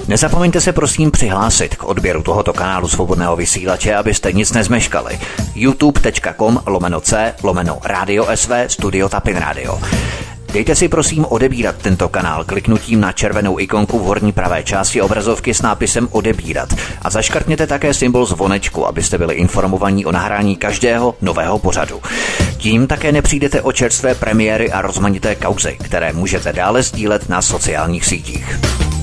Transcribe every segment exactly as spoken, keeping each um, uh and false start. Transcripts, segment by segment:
Nezapomeňte se prosím přihlásit k odběru tohoto kanálu Svobodného vysílače, abyste nic nezmeškali. youtube.com lomeno c lomeno Radio S V Studio Tapin Radio. Dejte si prosím odebírat tento kanál kliknutím na červenou ikonku v horní pravé části obrazovky s nápisem odebírat a zaškrtněte také symbol zvonečku, abyste byli informovaní o nahrání každého nového pořadu. Tím také nepřijdete o čerstvé premiéry a rozmanité kauzy, které můžete dále sdílet na sociálních sítích.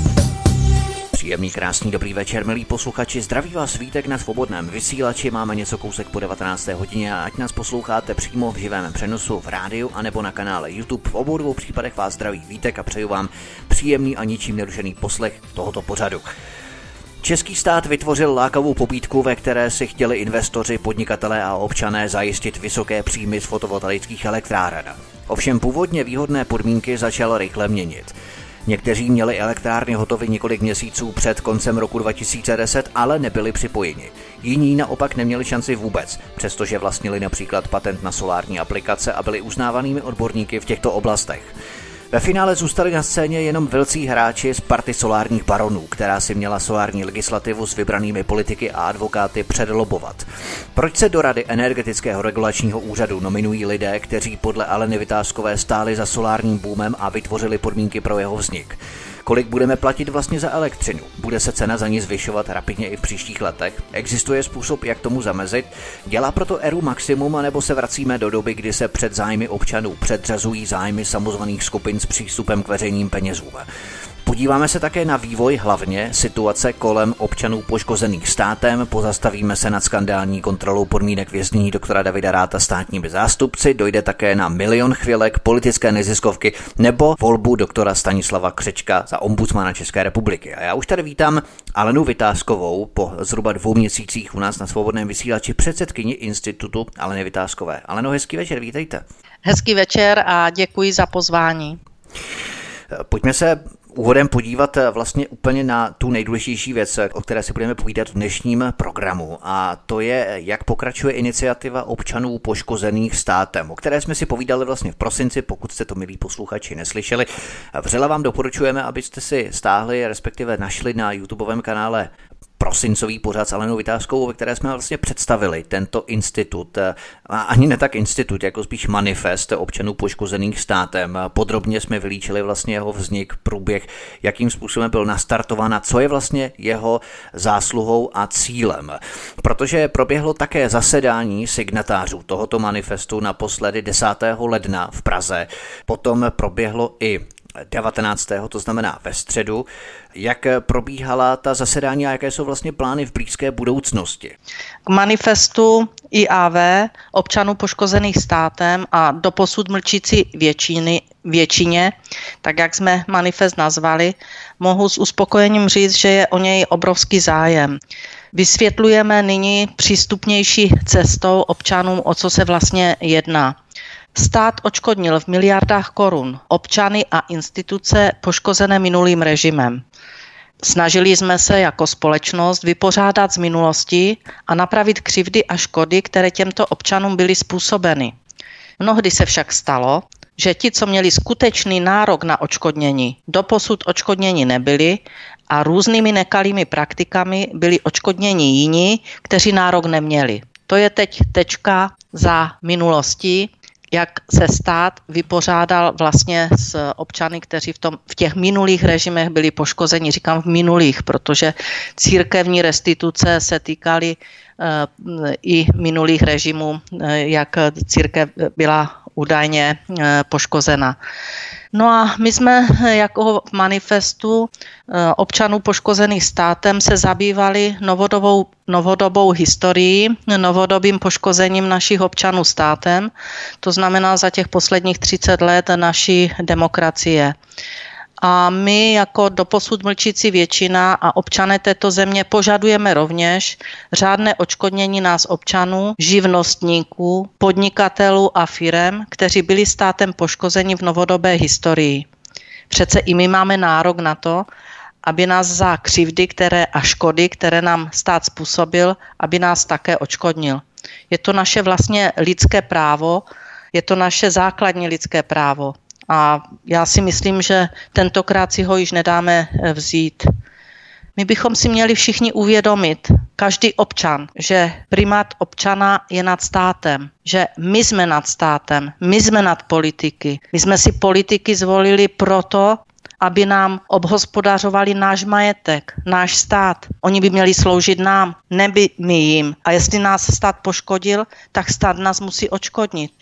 Příjemný, krásný, dobrý večer, milí posluchači. Zdraví vás Vítek na Svobodném vysílači. Máme něco kousek po devatenácté hodině a ať nás posloucháte přímo v živém přenosu v rádiu anebo na kanále YouTube. V obou dvou případech vás zdraví Vítek a přeju vám příjemný a ničím nerušený poslech tohoto pořadu. Český stát vytvořil lákavou pobídku, ve které si chtěli investoři, podnikatelé a občané zajistit vysoké příjmy z fotovoltaických elektráren. Ovšem původně výhodné podmínky začal rychle měnit. Někteří měli elektrárny hotovy několik měsíců před koncem roku dva tisíce deset, ale nebyli připojeni. Jiní naopak neměli šanci vůbec, přestože vlastnili například patent na solární aplikace a byli uznávanými odborníky v těchto oblastech. Ve finále zůstali na scéně jenom velcí hráči z party solárních baronů, která si měla solární legislativu s vybranými politiky a advokáty předlobovat. Proč se do Rady Energetického regulačního úřadu nominují lidé, kteří podle Aleny Vitáskové stáli za solárním boomem a vytvořili podmínky pro jeho vznik? Kolik budeme platit vlastně za elektřinu? Bude se cena za ní zvyšovat rapidně i v příštích letech? Existuje způsob, jak tomu zamezit? Dělá proto E R U maximum, anebo se vracíme do doby, kdy se před zájmy občanů předřazují zájmy samozvaných skupin s přístupem k veřejným penězům? Podíváme se také na vývoj, hlavně situace kolem občanů poškozených státem, pozastavíme se nad skandální kontrolou podmínek věznění doktora Davida Ratha státními zástupci, dojde také na milion chvilek, politické neziskovky nebo volbu doktora Stanislava Křečka za ombudsmana České republiky. A já už tady vítám Alenu Vitáskovou po zhruba dvou měsících u nás na Svobodném vysílači, předsedkyni institutu Aleny Vitáskové. Aleno, hezký večer, vítejte. Hezký večer a děkuji za pozvání. Pojďme se úvodem podívat vlastně úplně na tu nejdůležitější věc, o které si budeme povídat v dnešním programu, a to je, jak pokračuje iniciativa občanů poškozených státem, o které jsme si povídali vlastně v prosinci. Pokud jste to, milí posluchači, neslyšeli, vřele vám doporučujeme, abyste si stáhli, respektive našli na YouTubeovém kanále prosincový pořad s Alenou Vitáskovou, ve které jsme vlastně představili tento institut, a ani ne tak institut, jako spíš manifest občanů poškozených státem. Podrobně jsme vylíčili vlastně jeho vznik, průběh, jakým způsobem byl nastartován a co je vlastně jeho zásluhou a cílem. Protože proběhlo také zasedání signatářů tohoto manifestu naposledy desátého ledna v Praze, potom proběhlo i devatenáctého to znamená ve středu. Jak probíhala ta zasedání a jaké jsou vlastně plány v blízké budoucnosti? K manifestu I A V občanů poškozených státem a doposud mlčící většiny, většině, tak jak jsme manifest nazvali, mohu s uspokojením říct, že je o něj obrovský zájem. Vysvětlujeme nyní přístupnější cestou občanům, o co se vlastně jedná. Stát odškodnil v miliardách korun občany a instituce poškozené minulým režimem. Snažili jsme se jako společnost vypořádat z minulosti a napravit křivdy a škody, které těmto občanům byly způsobeny. Mnohdy se však stalo, že ti, co měli skutečný nárok na odškodnění, doposud odškodněni nebyli a různými nekalými praktikami byli odškodněni jiní, kteří nárok neměli. To je teď tečka za minulostí, jak se stát vypořádal vlastně s občany, kteří v, tom, v těch minulých režimech byli poškozeni. Říkám v minulých, protože církevní restituce se týkaly uh, i minulých režimů, uh, jak církev byla údajně uh, poškozena. No a my jsme jako v manifestu občanů poškozených státem se zabývali novodobou, novodobou historií, novodobým poškozením našich občanů státem, to znamená za těch posledních třicet let naší demokracie. A my jako doposud mlčící většina a občané této země požadujeme rovněž řádné odškodnění nás občanů, živnostníků, podnikatelů a firem, kteří byli státem poškozeni v novodobé historii. Přece i my máme nárok na to, aby nás za křivdy které a škody, které nám stát způsobil, aby nás také odškodnil. Je to naše vlastně lidské právo, je to naše základní lidské právo. A já si myslím, že tentokrát si ho již nedáme vzít. My bychom si měli všichni uvědomit, každý občan, že primát občana je nad státem, že my jsme nad státem, my jsme nad politiky. My jsme si politiky zvolili proto, aby nám obhospodařovali náš majetek, náš stát. Oni by měli sloužit nám, neby my jim. A jestli nás stát poškodil, tak stát nás musí odškodnit.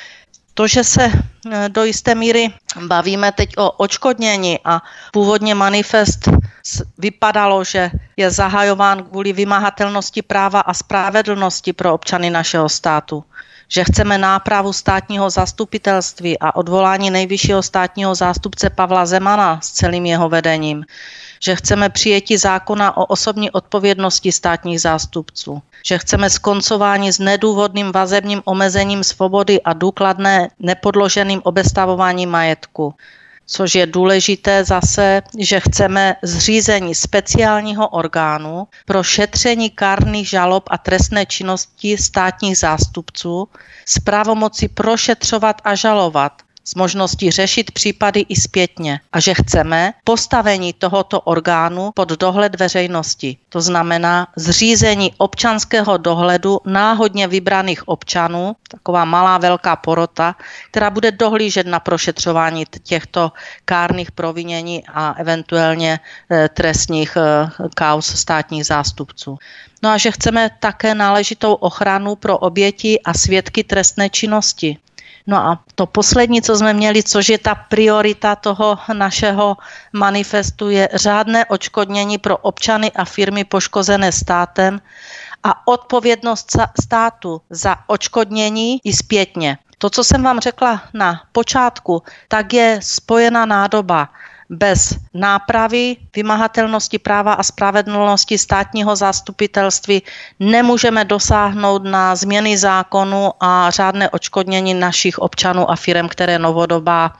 To, že se do jisté míry bavíme teď o odškodnění a původně manifest vypadalo, že je zahajován kvůli vymahatelnosti práva a spravedlnosti pro občany našeho státu, že chceme nápravu státního zastupitelství a odvolání nejvyššího státního zástupce Pavla Zemana s celým jeho vedením, že chceme přijetí zákona o osobní odpovědnosti státních zástupců, že chceme skoncování s nedůvodným vazebním omezením svobody a důkladné nepodloženým obestavováním majetku. Což je důležité zase, že chceme zřízení speciálního orgánu pro šetření kárných žalob a trestné činnosti státních zástupců s pravomocí prošetřovat a žalovat, s možností řešit případy i zpětně a že chceme postavení tohoto orgánu pod dohled veřejnosti. To znamená zřízení občanského dohledu náhodně vybraných občanů, taková malá velká porota, která bude dohlížet na prošetřování těchto kárných provinění a eventuálně trestních kauz státních zástupců. No a že chceme také náležitou ochranu pro oběti a svědky trestné činnosti. No a to poslední, co jsme měli, což je ta priorita toho našeho manifestu, je řádné odškodnění pro občany a firmy poškozené státem a odpovědnost státu za odškodnění i zpětně. To, co jsem vám řekla na počátku, tak je spojená nádoba. Bez nápravy, vymahatelnosti práva a spravedlnosti státního zastupitelství nemůžeme dosáhnout na změny zákonu a řádné odškodnění našich občanů a firem, které novodobá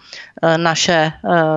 naše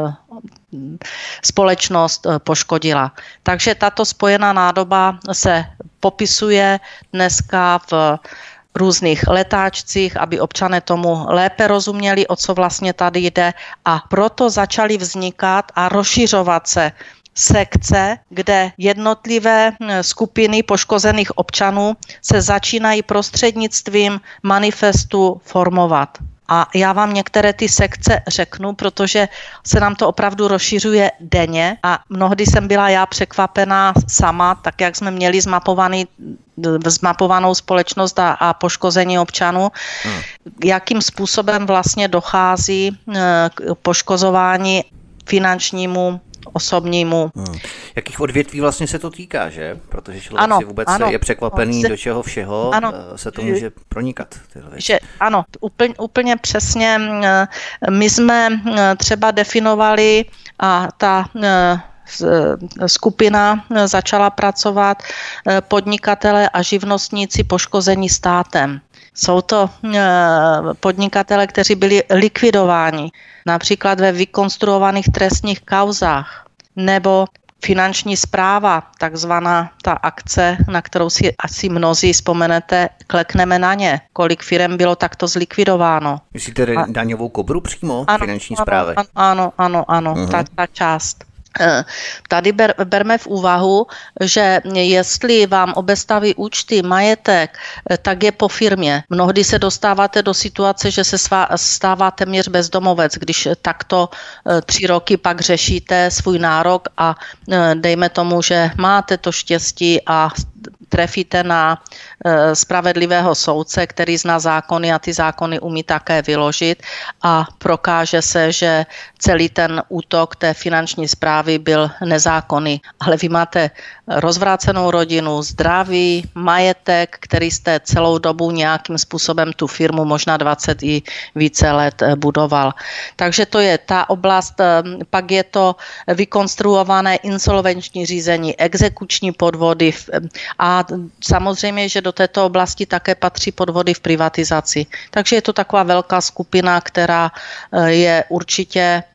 společnost poškodila. Takže tato spojená nádoba se popisuje dneska v různých letáčcích, aby občané tomu lépe rozuměli, o co vlastně tady jde, a proto začaly vznikat a rozšiřovat se sekce, kde jednotlivé skupiny poškozených občanů se začínají prostřednictvím manifestu formovat. A já vám některé ty sekce řeknu, protože se nám to opravdu rozšiřuje denně a mnohdy jsem byla já překvapená sama, tak jak jsme měli zmapovaný, zmapovanou společnost a, a poškození občanů, hmm. jakým způsobem vlastně dochází k poškozování finančnímu, osobnímu. Hmm. Jakých odvětví vlastně se to týká, že? Protože člověk ano, si vůbec ano, je překvapený, se, do čeho všeho ano, se to může pronikat. Že, ano, úplně, úplně přesně. My jsme třeba definovali a ta skupina začala pracovat podnikatele a živnostníci poškození státem. Jsou to podnikatele, kteří byli likvidováni, například ve vykonstruovaných trestních kauzách, nebo finanční správa, takzvaná ta akce, na kterou si asi mnozí vzpomenete, klekneme na ně. Kolik firem bylo takto zlikvidováno. Myslíte A... daňovou kobru přímo, ano, finanční správy? Ano, ano, ano, ano uh-huh. ta, ta část. Tady ber, berme v úvahu, že jestli vám obestaví účty, majetek, tak je po firmě. Mnohdy se dostáváte do situace, že se stává téměř bezdomovec, když takto tři roky pak řešíte svůj nárok a dejme tomu, že máte to štěstí a trefíte na spravedlivého soudce, který zná zákony a ty zákony umí také vyložit a prokáže se, že celý ten útok té finanční správy byl nezákonný. Ale vy máte rozvrácenou rodinu, zdraví, majetek, který jste celou dobu nějakým způsobem tu firmu možná dvacet i více let budoval. Takže to je ta oblast, pak je to vykonstruované insolvenční řízení, exekuční podvody A samozřejmě, že do této oblasti také patří podvody v privatizaci. Takže je to taková velká skupina, která je určitě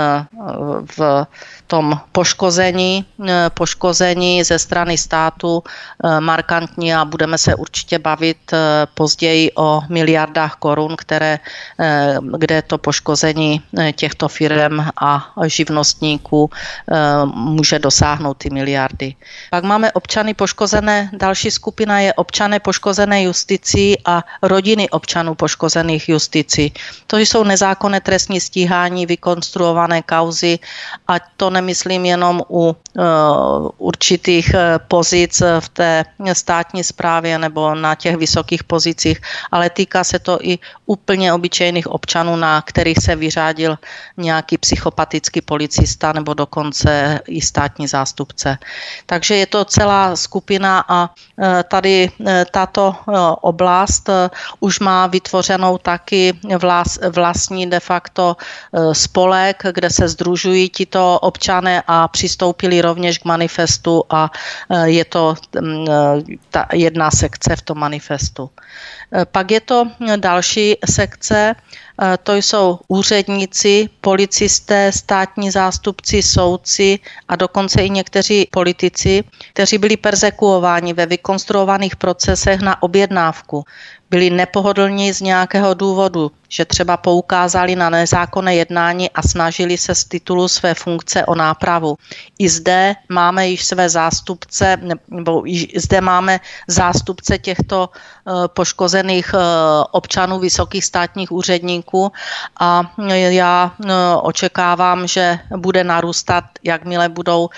v tom poškození, poškození ze strany státu markantní a budeme se určitě bavit později o miliardách korun, které, kde to poškození těchto firem a živnostníků může dosáhnout ty miliardy. Pak máme občany poškozené, další skupina je občané poškozené justicí a rodiny občanů poškozených justicí. To jsou nezákonné trestní stíhání, vykonstruované kauzy a to nemyslím jenom u uh, určitých pozic v té státní správě nebo na těch vysokých pozicích, ale týká se to i úplně obyčejných občanů, na kterých se vyřádil nějaký psychopatický policista nebo dokonce i státní zástupce. Takže je to celá skupina a tady tato oblast už má vytvořenou taky vlas, vlastní de facto spolek, kde se sdružují tito občané a přistoupili rovněž k manifestu a je to ta jedna sekce v tom manifestu. Pak je to další sekce, to jsou úředníci, policisté, státní zástupci, soudci a dokonce i někteří politici, kteří byli perzekuováni ve vykonstruovaných procesech na objednávku. Byli nepohodlní z nějakého důvodu, že třeba poukázali na nezákonné jednání a snažili se z titulu své funkce o nápravu. I zde máme již své zástupce, nebo zde máme zástupce těchto poškozených občanů, vysokých státních úředníků a já očekávám, že bude narůstat, jakmile budou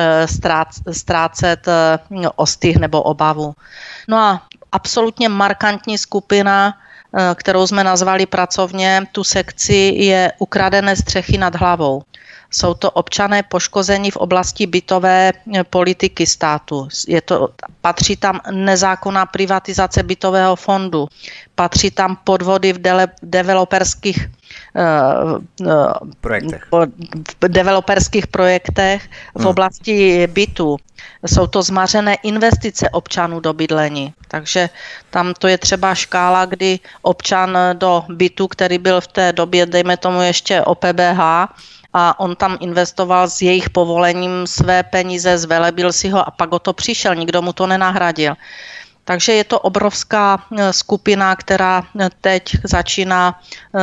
ztrácet ostych nebo obavu. No a absolutně markantní skupina, kterou jsme nazvali pracovně, tu sekci je ukradené střechy nad hlavou. Jsou to občané poškození v oblasti bytové politiky státu. Je to, patří tam nezákonná privatizace bytového fondu, patří tam podvody v dele, developerských projektech. v developerských projektech v oblasti bytu. Jsou to zmařené investice občanů do bydlení. Takže tam to je třeba škála, kdy občan do bytu, který byl v té době, dejme tomu ještě O P B H, a on tam investoval s jejich povolením své peníze, zvelebil si ho a pak o to přišel, nikdo mu to nenahradil. Takže je to obrovská skupina, která teď začíná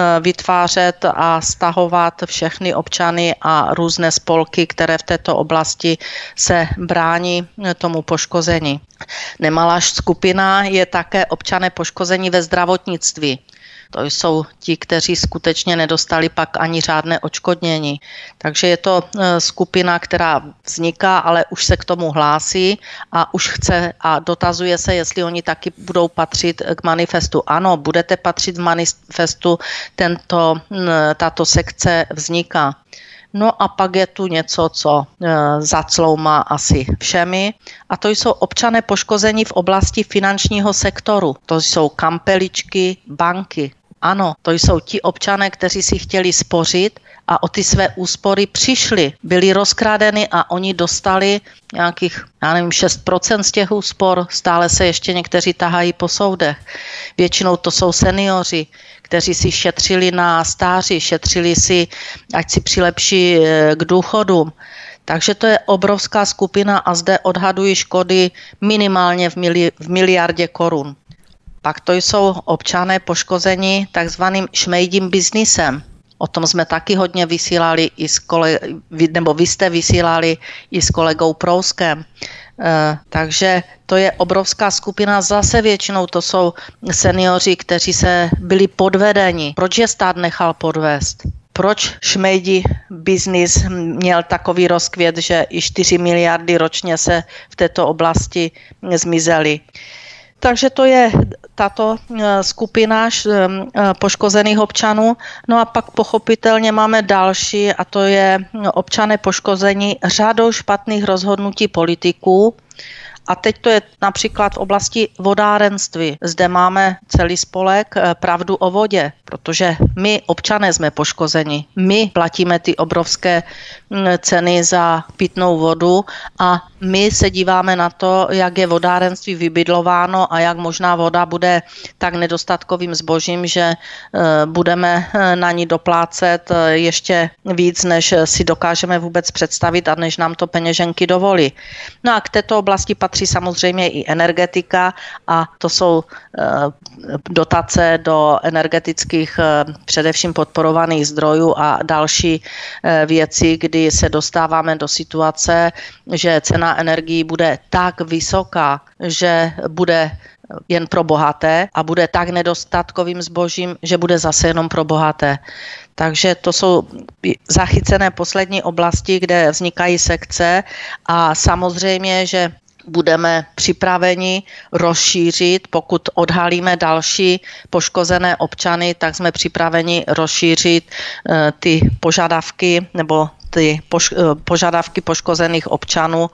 vytvářet a stahovat všechny občany a různé spolky, které v této oblasti se brání tomu poškození. Nemalá skupina je také občané poškození ve zdravotnictví. To jsou ti, kteří skutečně nedostali pak ani žádné odškodnění. Takže je to skupina, která vzniká, ale už se k tomu hlásí a už chce a dotazuje se, jestli oni taky budou patřit k manifestu. Ano, budete patřit v manifestu, tento, tato sekce vzniká. No a pak je tu něco, co zacloumá asi všemi, a to jsou občané poškození v oblasti finančního sektoru. To jsou kampeličky, banky. Ano, to jsou ti občané, kteří si chtěli spořit a o ty své úspory přišli, byli rozkrádeny a oni dostali nějakých, já nevím, šest procent z těch úspor, stále se ještě někteří tahají po soudech. Většinou to jsou seniori, kteří si šetřili na stáří, šetřili si, ať si přilepší k důchodům. Takže to je obrovská skupina a zde odhadují škody minimálně v, mili, v miliardě korun. Pak to jsou občané poškození takzvaným šmejdím biznisem. O tom jsme taky hodně vysílali, i s kole, nebo vy jste vysílali i s kolegou Prouskem. E, takže to je obrovská skupina, zase většinou to jsou seniori, kteří se byli podvedeni. Proč je stát nechal podvést? Proč šmejdi biznis měl takový rozkvět, že i čtyři miliardy ročně se v této oblasti zmizely? Takže to je tato skupina poškozených občanů. No a pak pochopitelně máme další, a to je občané poškození řadou špatných rozhodnutí politiků A teď to je například v oblasti vodárenství. Zde máme celý spolek Pravdu o vodě, protože my občané jsme poškozeni. My platíme ty obrovské ceny za pitnou vodu a my se díváme na to, jak je vodárenství vybydlováno a jak možná voda bude tak nedostatkovým zbožím, že budeme na ní doplácet ještě víc, než si dokážeme vůbec představit a než nám to peněženky dovolí. No a k této oblasti patří samozřejmě i energetika a to jsou dotace do energetických především podporovaných zdrojů a další věci, kdy se dostáváme do situace, že cena energií bude tak vysoká, že bude jen pro bohaté a bude tak nedostatkovým zbožím, že bude zase jenom pro bohaté. Takže to jsou zachycené poslední oblasti, kde vznikají sekce a samozřejmě, že budeme připraveni rozšířit, pokud odhalíme další poškozené občany, tak jsme připraveni rozšířit ty požadavky nebo ty poš- požadavky poškozených občanů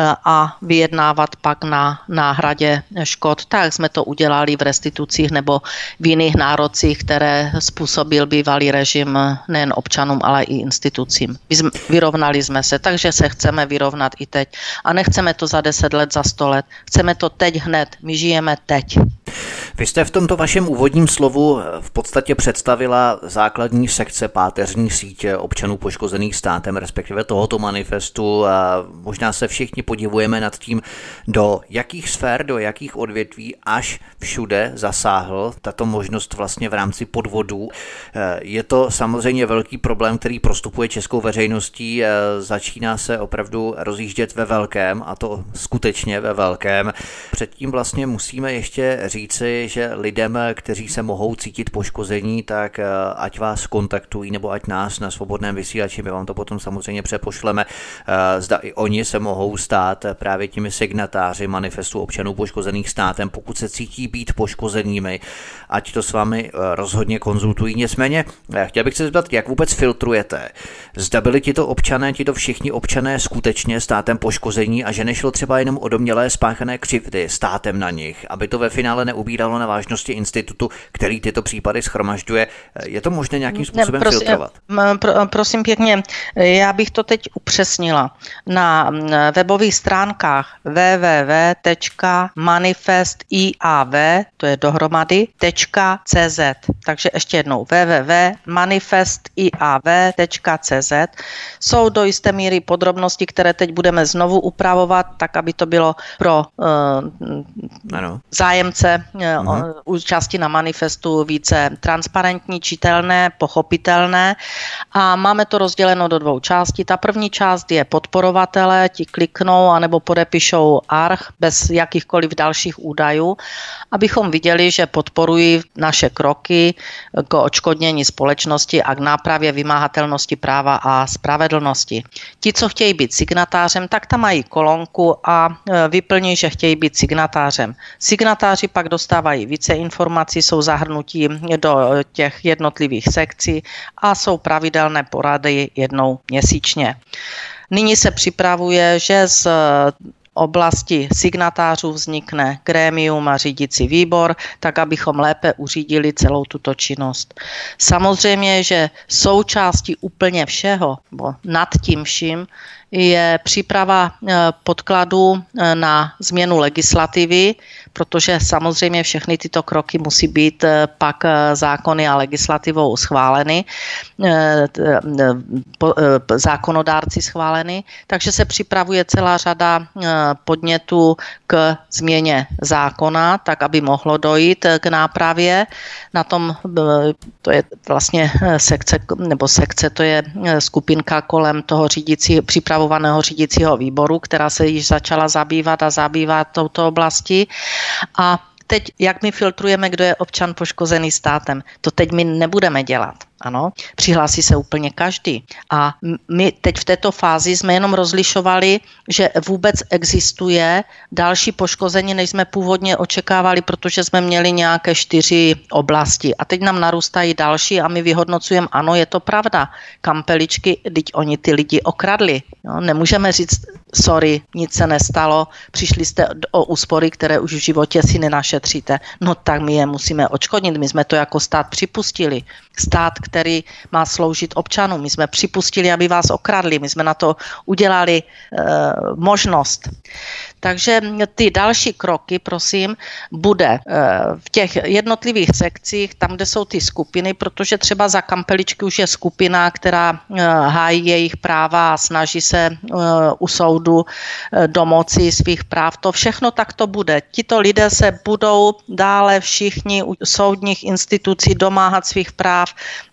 a vyjednávat pak na náhradě škod. Tak jsme to udělali v restitucích nebo v jiných nárocích, které způsobil bývalý režim nejen občanům, ale i institucím. Vyrovnali jsme se, takže se chceme vyrovnat i teď. A nechceme to za deset let, za sto let. Chceme to teď hned. My žijeme teď. Vy jste v tomto vašem úvodním slovu v podstatě představila základní sekce páteřní sítě občanů poškozených státem, respektive tohoto manifestu a možná se všichni podivujeme nad tím, do jakých sfér, do jakých odvětví až všude zasáhl tato možnost vlastně v rámci podvodů. Je to samozřejmě velký problém, který prostupuje českou veřejností, začíná se opravdu rozjíždět ve velkém a to skutečně ve velkém. Předtím vlastně musíme ještě říci, že lidem, kteří se mohou cítit poškození, tak ať vás kontaktují nebo ať nás na Svobodném vysílači, my vám to potom samozřejmě přepošleme, zda i oni se mohou stát právě těmi signatáři manifestu občanů poškozených státem, pokud se cítí být poškozenými, ať to s vámi rozhodně konzultují. Nicméně, chtěl bych se zeptat, jak vůbec filtrujete, zda byli tito občané, tito všichni občané skutečně státem poškození a že nešlo třeba jenom o domnělé spáchané křivdy státem na nich, aby to ve finále neubíralo na vážnosti institutu, který tyto případy shromažďuje. Je to možné nějakým způsobem ne, prosím, filtrovat? Pro, prosím pěkně, já bych to teď upřesnila. Na webových stránkách w w w tečka manifest i a v, to je dohromady, .cz. Takže ještě jednou w w w tečka manifest i a v tečka cz jsou do jisté míry podrobnosti, které teď budeme znovu upravovat, tak aby to bylo pro uh, zájemce uh, účasti na manifestu více transparentní, čitelné, pochopitelné a máme to rozděleno do dvou částí. Ta první část je podporovatele, ti kliknou anebo podepíšou arch bez jakýchkoliv dalších údajů, abychom viděli, že podporují naše kroky k odškodnění společnosti a k nápravě vymahatelnosti práva a spravedlnosti. Ti, co chtějí být signatářem, tak tam mají kolonku a vyplní, že chtějí být signatářem. Signatáři pak dostávají více informací, jsou zahrnutí do těch jednotlivých sekcí a jsou pravidelné porady jednou měsíčně. Nyní se připravuje, že z oblasti signatářů vznikne grémium a řídící výbor, tak abychom lépe uřídili celou tuto činnost. Samozřejmě, že součástí úplně všeho, nebo nad tím vším, je příprava podkladů na změnu legislativy, protože samozřejmě všechny tyto kroky musí být pak zákony a legislativou schváleny, zákonodárci schváleny, takže se připravuje celá řada podnětů k změně zákona, tak aby mohlo dojít k nápravě. Na tom, to je vlastně sekce, nebo sekce, to je skupinka kolem toho řídící, připravovaného řídícího výboru, která se již začala zabývat a zabývat touto oblastí. A teď, jak my filtrujeme, kdo je občan poškozený státem, to teď my nebudeme dělat. Ano, přihlásí se úplně každý. A my teď v této fázi jsme jenom rozlišovali, že vůbec existuje další poškození, než jsme původně očekávali, protože jsme měli nějaké čtyři oblasti. A teď nám narůstají další a my vyhodnocujeme, ano, je to pravda. Kampeličky, teď oni ty lidi okradli. No, nemůžeme říct, sorry, nic se nestalo, přišli jste o úspory, které už v životě si nenašetříte, no tak my je musíme odškodnit, my jsme to jako stát připustili. Stát, který má sloužit občanům, my jsme připustili, aby vás okradli, my jsme na to udělali e, možnost. Takže ty další kroky, prosím, bude e, v těch jednotlivých sekcích, tam, kde jsou ty skupiny, protože třeba za kampeličky už je skupina, která e, hájí jejich práva a snaží se e, u soudu e, domoci svých práv. To všechno takto bude. Tito lidé se budou dále všichni u soudních institucí domáhat svých práv,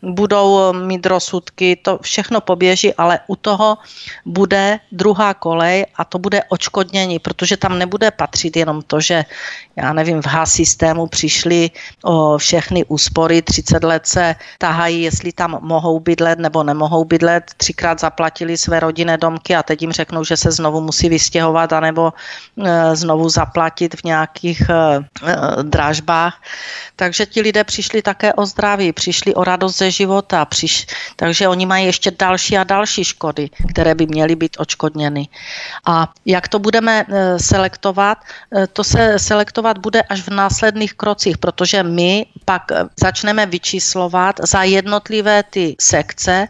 budou mít rozsudky, to všechno poběží, ale u toho bude druhá kolej a to bude odškodnění, protože tam nebude patřit jenom to, že já nevím, v H systému přišli o všechny úspory, třicet let se tahají, jestli tam mohou bydlet nebo nemohou bydlet, třikrát zaplatili své rodinné domky a teď jim řeknou, že se znovu musí vystěhovat anebo e, znovu zaplatit v nějakých e, e, dražbách. Takže ti lidé přišli také o zdraví, přišli o radost ze života, přiš, takže oni mají ještě další a další škody, které by měly být odškodněny. A jak to budeme e, selektovat? E, to se selektovat bude až v následných krocích, protože my pak začneme vyčíslovat za jednotlivé ty sekce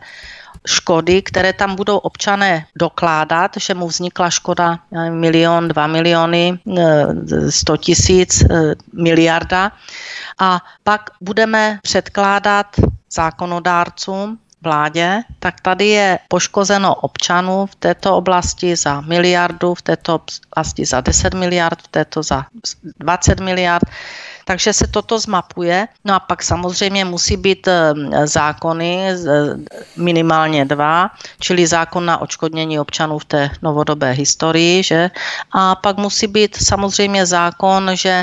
škody, které tam budou občané dokládat, že mu vznikla škoda nevím, milion, dva miliony, sto tisíc, miliarda. A pak budeme předkládat zákonodárcům, vládě, tak tady je poškozeno občanů v této oblasti za miliardu, v této oblasti za deset miliard, v této za dvacet miliard. Takže se toto zmapuje. No a pak samozřejmě musí být zákony, minimálně dva, čili zákon na odškodnění občanů v té novodobé historii, že? A pak musí být samozřejmě zákon, že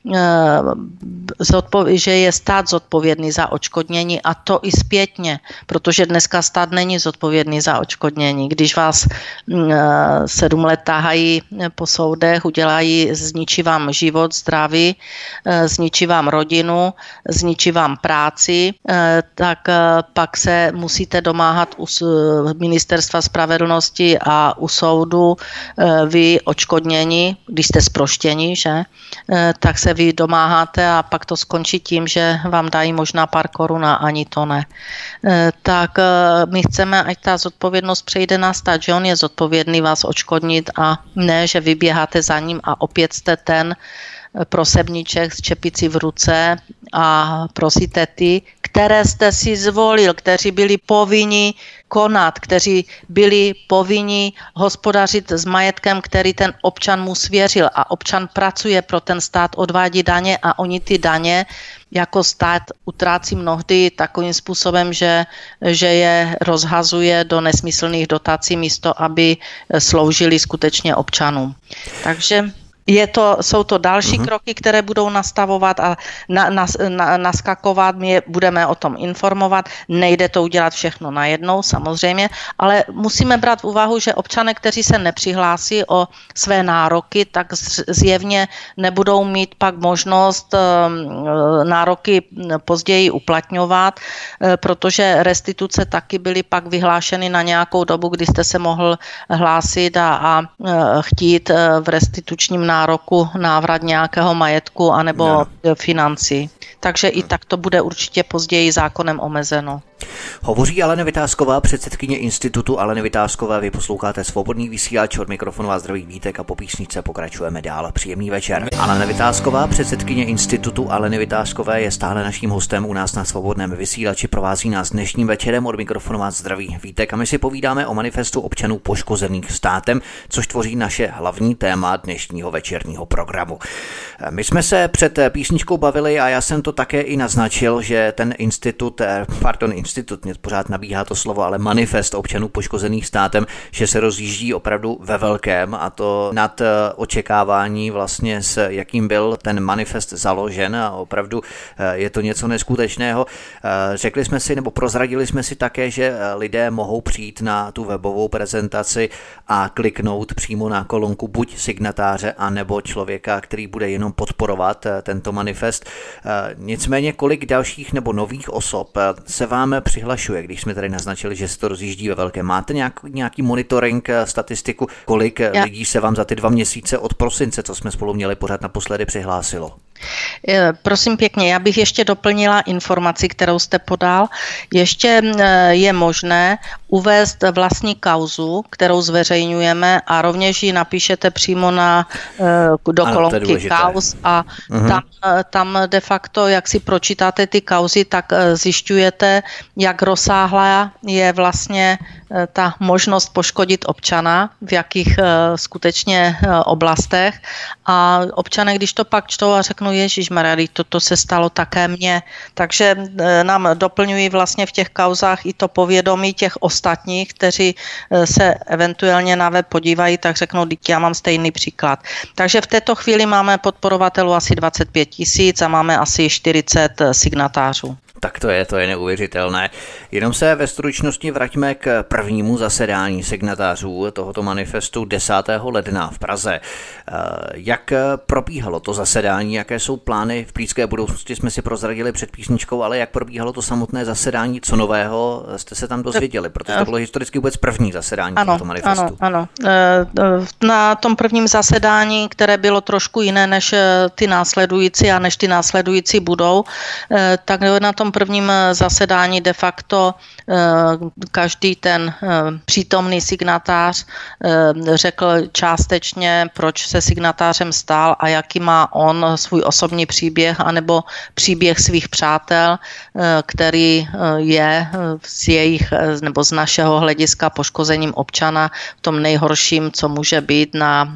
že je stát zodpovědný za odškodnění a to i zpětně, protože dneska stát není zodpovědný za odškodnění. Když vás sedm let tahají po soudech, udělají, zničí vám život, zdraví, zničí vám rodinu, zničí vám práci, tak pak se musíte domáhat u Ministerstva spravedlnosti a u soudu vy odškodnění, když jste zproštěni, že? Tak se vy domáháte a pak to skončí tím, že vám dají možná pár korun a ani to ne. Tak my chceme, ať ta zodpovědnost přejde na stát, že on je zodpovědný vás odškodnit a ne, že vyběháte za ním a opět jste ten prosebníček s čepicí v ruce a prosíte ty, které jste si zvolil, kteří byli povinni konat, kteří byli povinni hospodařit s majetkem, který ten občan mu svěřil a občan pracuje pro ten stát, odvádí daně a oni ty daně jako stát utrácí mnohdy takovým způsobem, že, že je rozhazuje do nesmyslných dotací místo, aby sloužili skutečně občanům. Takže Je to, jsou to další uh-huh. kroky, které budou nastavovat a na, na, na, naskakovat, my je budeme o tom informovat, nejde to udělat všechno najednou samozřejmě, ale musíme brát v úvahu, že občané, kteří se nepřihlásí o své nároky, tak zjevně nebudou mít pak možnost nároky později uplatňovat, protože restituce taky byly pak vyhlášeny na nějakou dobu, kdy jste se mohl hlásit a, a chtít v restitučním nároku návrat nějakého majetku anebo no. financí. Takže i tak to bude určitě později zákonem omezeno. Hovoří Alena Vytázková, předsedkyně institutu Aleny Vytázkové. Vy posloucháte Svobodný vysílač, od mikrofonu vás zdraví Vítek a po písničce pokračujeme dál. Příjemný večer. Alena Vytázková, předsedkyně institutu Aleny Vytázkové, je stále naším hostem u nás na Svobodném vysílači. Provází nás dnešním večerem, od mikrofonu vás zdraví Vítek a my si povídáme o manifestu občanů poškozených státem, což tvoří naše hlavní téma dnešního večerního programu. My jsme se před písničkou bavili a já jsem to také i naznačil, že ten institut, pardon, institut, mě pořád nabíhá to slovo, ale manifest občanů poškozených státem, že se rozjíždí opravdu ve velkém a to nad očekávání vlastně, s jakým byl ten manifest založen a opravdu je to něco neskutečného. Řekli jsme si, nebo prozradili jsme si také, že lidé mohou přijít na tu webovou prezentaci a kliknout přímo na kolonku buď signatáře, anebo člověka, který bude jenom podporovat tento manifest. Nicméně kolik dalších nebo nových osob se vám lidem přihlašuje, když jsme tady naznačili, že se to rozjíždí ve velkém? Máte nějak, nějaký monitoring, statistiku, kolik Já. lidí se vám za ty dva měsíce od prosince, co jsme spolu měli pořád naposledy, přihlásilo? Prosím pěkně, já bych ještě doplnila informaci, kterou jste podal. Ještě je možné uvést vlastní kauzu, kterou zveřejňujeme a rovněž ji napíšete přímo na, do ano, kolonky kauz a uh-huh. tam, tam de facto, jak si pročítáte ty kauzy, tak zjišťujete, jak rozsáhlá je vlastně ta možnost poškodit občana, v jakých skutečně oblastech. A občané, když to pak čtou a řeknou, ježišmarja, toto se stalo také mně. Takže nám doplňují vlastně v těch kauzách i to povědomí těch ostatních, kteří se eventuálně na web podívají, tak řeknou, díky, já mám stejný příklad. Takže v této chvíli máme podporovatelů asi dvacet pět tisíc a máme asi čtyřicet signatářů. Tak to je, to je neuvěřitelné. Jenom se ve stručnosti vraťme k prvnímu zasedání signatářů tohoto manifestu desátého ledna v Praze. Jak probíhalo to zasedání, jaké jsou plány v blízké budoucnosti, jsme si prozradili před písničkou, ale jak probíhalo to samotné zasedání, co nového jste se tam dozvěděli, protože to bylo historicky vůbec první zasedání ano, tohoto manifestu. Ano, ano. Na tom prvním zasedání, které bylo trošku jiné než ty následující a než ty následující budou, tak na tom prvním zasedání de facto každý ten přítomný signatář řekl částečně, proč se signatářem stal a jaký má on svůj osobní příběh anebo příběh svých přátel, který je z jejich nebo z našeho hlediska poškozením občana v tom nejhorším, co může být na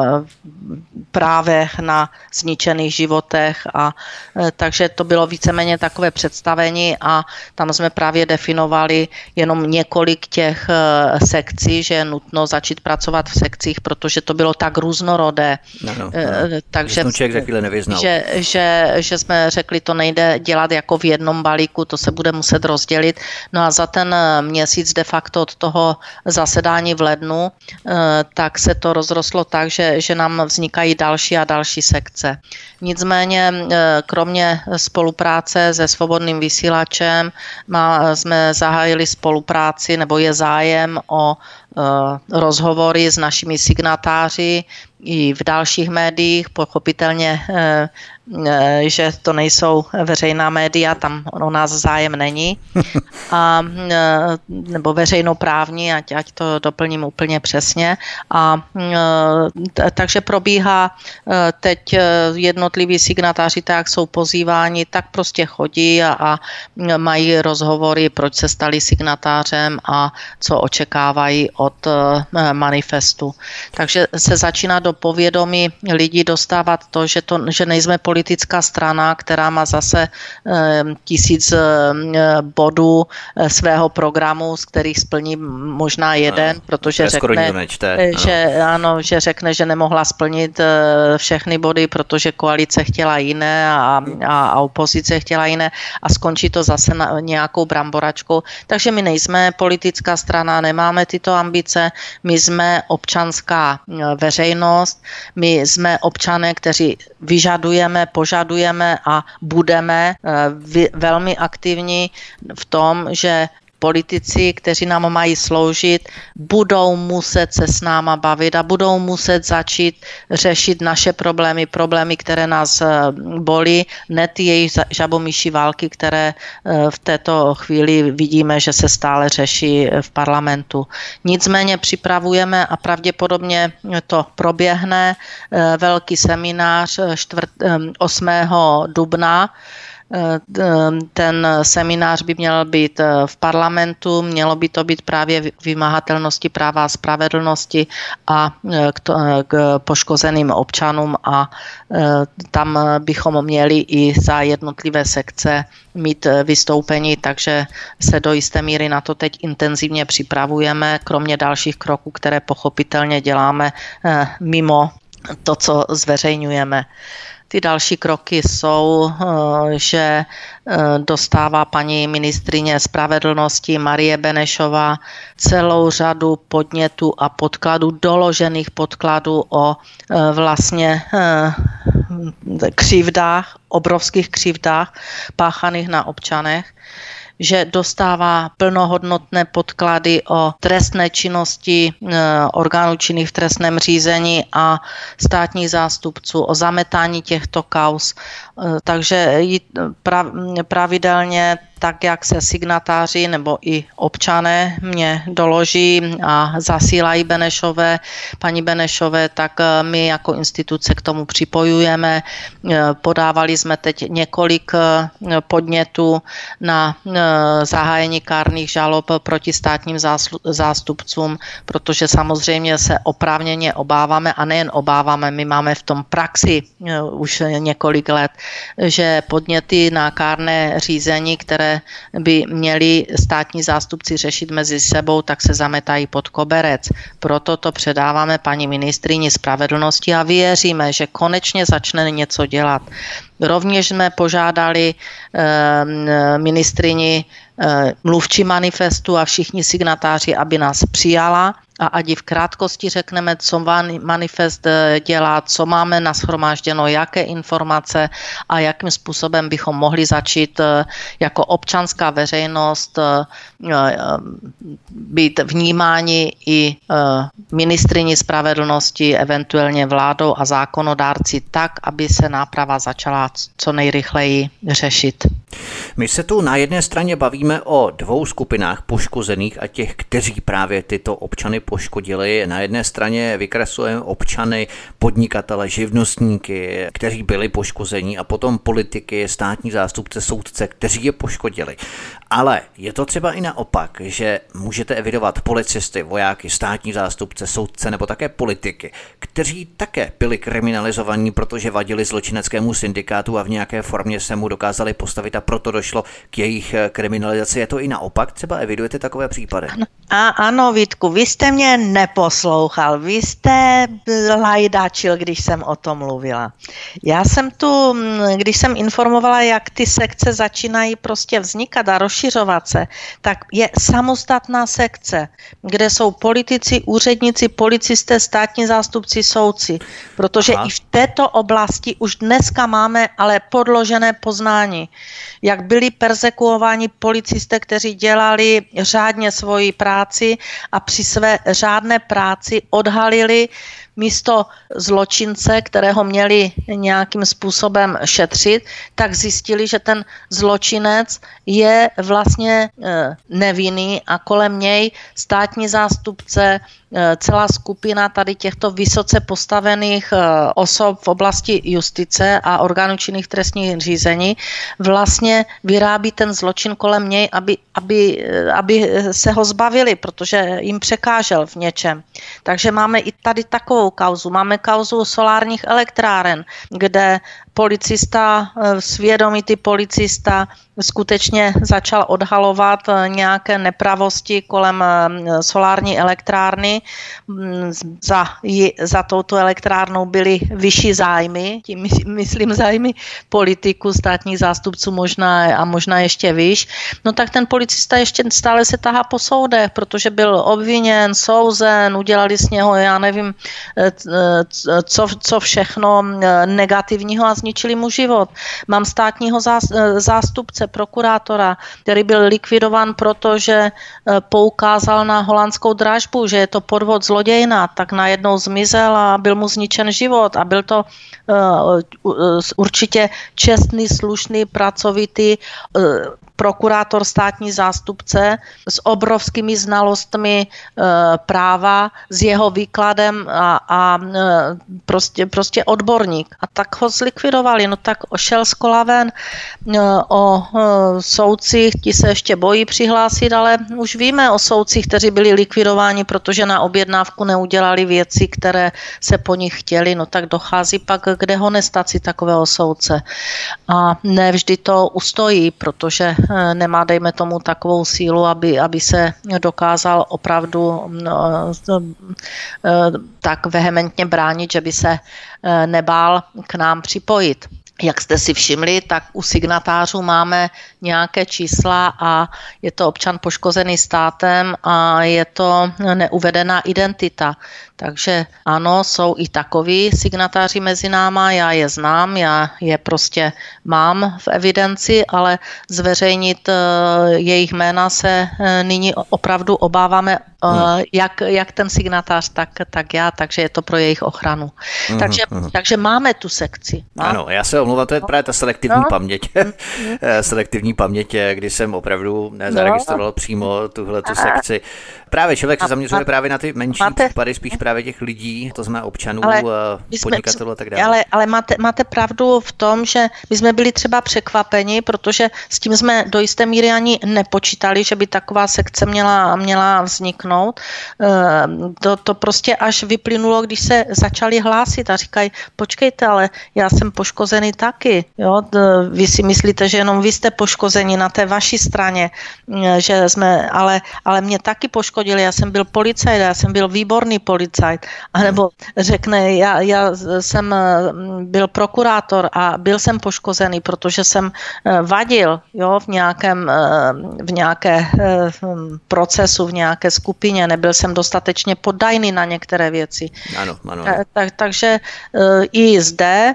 právech, na zničených životech. A takže to bylo víceméně takové představení a tam jsme právě definovali jenom několik těch sekcí, že je nutno začít pracovat v sekcích, protože to bylo tak různorodé. No, no, no. Takže že, že, že jsme řekli, to nejde dělat jako v jednom balíku, to se bude muset rozdělit. No a za ten měsíc de facto od toho zasedání v lednu, tak se to rozrostlo tak, že, že nám vznikají další a další sekce. Nicméně kromě spolupráce se Svobodným vysílačem má, jsme zahájili spolupráci, nebo je zájem o rozhovory s našimi signatáři i v dalších médiích, pochopitelně, že to nejsou veřejná média, tam o nás zájem není, a, nebo veřejnoprávní, ať, ať to doplním úplně přesně. A, t, takže probíhá teď jednotliví signatáři, tak jak jsou pozýváni, tak prostě chodí a, a mají rozhovory, proč se stali signatářem a co očekávají od manifestu. Takže se začíná do povědomí lidí dostávat to, že, to, že nejsme politická strana, která má zase e, tisíc e, bodů e, svého programu, z kterých splní možná jeden, ano, protože řekne, nečte, že, ano, že řekne, že nemohla splnit e, všechny body, protože koalice chtěla jiné a, a, a opozice chtěla jiné a skončí to zase na nějakou bramboračkou. Takže my nejsme politická strana, nemáme tyto ambice, my jsme občanská veřejnost, my jsme občané, kteří vyžadujeme, požadujeme a budeme velmi aktivní v tom, že politici, kteří nám mají sloužit, budou muset se s náma bavit a budou muset začít řešit naše problémy, problémy, které nás bolí, ne ty jejich žabomyší války, které v této chvíli vidíme, že se stále řeší v parlamentu. Nicméně připravujeme a pravděpodobně to proběhne velký seminář osmého dubna. Ten seminář by měl být v parlamentu, mělo by to být právě k vymahatelnosti práva a spravedlnosti a k, to, k poškozeným občanům a tam bychom měli i za jednotlivé sekce mít vystoupení, takže se do jisté míry na to teď intenzivně připravujeme, kromě dalších kroků, které pochopitelně děláme mimo to, co zveřejňujeme. Ty další kroky jsou, že dostává paní ministryně spravedlnosti Marie Benešová celou řadu podnětů a podkladů, doložených podkladů o vlastně křivdách, obrovských křivdách páchaných na občanech. že dostává plnohodnotné podklady o trestné činnosti orgánů činných v trestném řízení a státních zástupců, o zametání těchto kauz. Takže pravidelně, tak jak se signatáři nebo i občané mě doloží a zasílají Benešové, paní Benešové, tak my jako instituce k tomu připojujeme. Podávali jsme teď několik podnětů na zahájení kárných žalob proti státním zástupcům, protože samozřejmě se oprávněně obáváme, a nejen obáváme, my máme v tom praxi už několik let, že podněty na kárné řízení, které by měli státní zástupci řešit mezi sebou, tak se zametají pod koberec. Proto to předáváme paní ministryni spravedlnosti a věříme, že konečně začne něco dělat. Rovněž jsme požádali eh, ministryni eh, mluvčí manifestu a všichni signatáři, aby nás přijala a ať v krátkosti řekneme, co manifest dělá, co máme nashromážděno, jaké informace a jakým způsobem bychom mohli začít jako občanská veřejnost být vnímáni i ministryni spravedlnosti, eventuálně vládou a zákonodárci tak, aby se náprava začala co nejrychleji řešit. My se tu na jedné straně bavíme o dvou skupinách poškozených a těch, kteří právě tyto občany poškodili. Na jedné straně vykreslujeme občany, podnikatele, živnostníky, kteří byli poškození, a potom politiky, státní zástupce, soudce, kteří je poškodili. Ale je to třeba i naopak, že můžete evidovat policisty, vojáky, státní zástupce, soudce nebo také politiky, kteří také byli kriminalizovaní, protože vadili zločineckému syndikátu a v nějaké formě se mu dokázali postavit a proto došlo k jejich kriminalizaci. Je to i naopak? Třeba evidujete takové případy? A ano, Vítku, vy jste mě neposlouchal, vy jste lajdačil, když jsem o tom mluvila. Já jsem tu, když jsem informovala, jak ty sekce začínají prostě vznikat a rozšiřovat se, tak je samostatná sekce, kde jsou politici, úředníci, policisté, státní zástupci, soudci, protože Aha. i v této oblasti už dneska máme ale podložené poznání, jak byli perzekuováni policisté, kteří dělali řádně svoji práci a při své řádné práci odhalili místo zločince, kterého měli nějakým způsobem šetřit, tak zjistili, že ten zločinec je vlastně nevinný a kolem něj státní zástupce, celá skupina tady těchto vysoce postavených osob v oblasti justice a orgánů činných trestních řízení vlastně vyrábí ten zločin kolem něj, aby, aby, aby se ho zbavili, protože jim překážel v něčem. Takže máme i tady takovou kauzu. Máme kauzu solárních elektráren, kde policista, svědomitý policista skutečně začal odhalovat nějaké nepravosti kolem solární elektrárny. Za, za touto elektrárnou byly vyšší zájmy, tím myslím zájmy politiků, státních zástupců možná a možná ještě výš. No tak ten policista ještě stále se tahá po soudech, protože byl obviněn, souzen, udělali z něho, já nevím, co, co všechno negativního a zničili mu život. Mám státního zástupce, prokurátora, který byl likvidován, protože poukázal na holandskou dražbu, že je to podvod zlodějna, tak najednou zmizel a byl mu zničen život a byl to uh, určitě čestný, slušný, pracovitý uh, prokurátor, státní zástupce s obrovskými znalostmi e, práva, s jeho výkladem a, a e, prostě, prostě odborník. A tak ho zlikvidovali. No tak šel z kola ven. E, o e, soudcích, ti se ještě bojí přihlásit, ale už víme o soudcích, kteří byli likvidováni, protože na objednávku neudělali věci, které se po nich chtěli. No tak dochází pak k dehonestaci takového soudce. A ne vždy to ustojí, protože nemá, dejme tomu, takovou sílu, aby, aby se dokázal opravdu no, tak vehementně bránit, že by se nebál k nám připojit. Jak jste si všimli, tak u signatářů máme nějaké čísla a je to občan poškozený státem a je to neuvedená identita. Takže ano, jsou i takoví signatáři mezi náma, já je znám, já je prostě mám v evidenci, ale zveřejnit jejich jména se nyní opravdu obáváme, hmm. jak, jak ten signatář, tak, tak já, takže je to pro jejich ochranu. Hmm. Takže, hmm. takže máme tu sekci. Máme. Ano, já se omlouvám, to je právě ta selektivní no. paměť. selektivní paměť, kdy jsem opravdu nezaregistroval no. přímo tuhletu sekci. Právě člověk se zaměřuje právě na ty menší máte, případy, spíš právě těch lidí, to znamená občanů, ale podnikatelů a tak dále. Ale, ale máte, máte pravdu v tom, že my jsme byli třeba překvapeni, protože s tím jsme do jisté míry ani nepočítali, že by taková sekce měla, měla vzniknout. To, to prostě až vyplynulo, když se začali hlásit a říkají, počkejte, ale já jsem poškozený taky. Jo? Vy si myslíte, že jenom vy jste poškozeni na té vaší straně, že jsme, ale, ale mě taky poškození. Já jsem byl policajt, já jsem byl výborný policajt. A nebo řekne, já, já jsem byl prokurátor a byl jsem poškozený, protože jsem vadil jo, v nějakém v nějaké procesu, v nějaké skupině, nebyl jsem dostatečně poddajný na některé věci. Ano, ano. Tak, takže i zde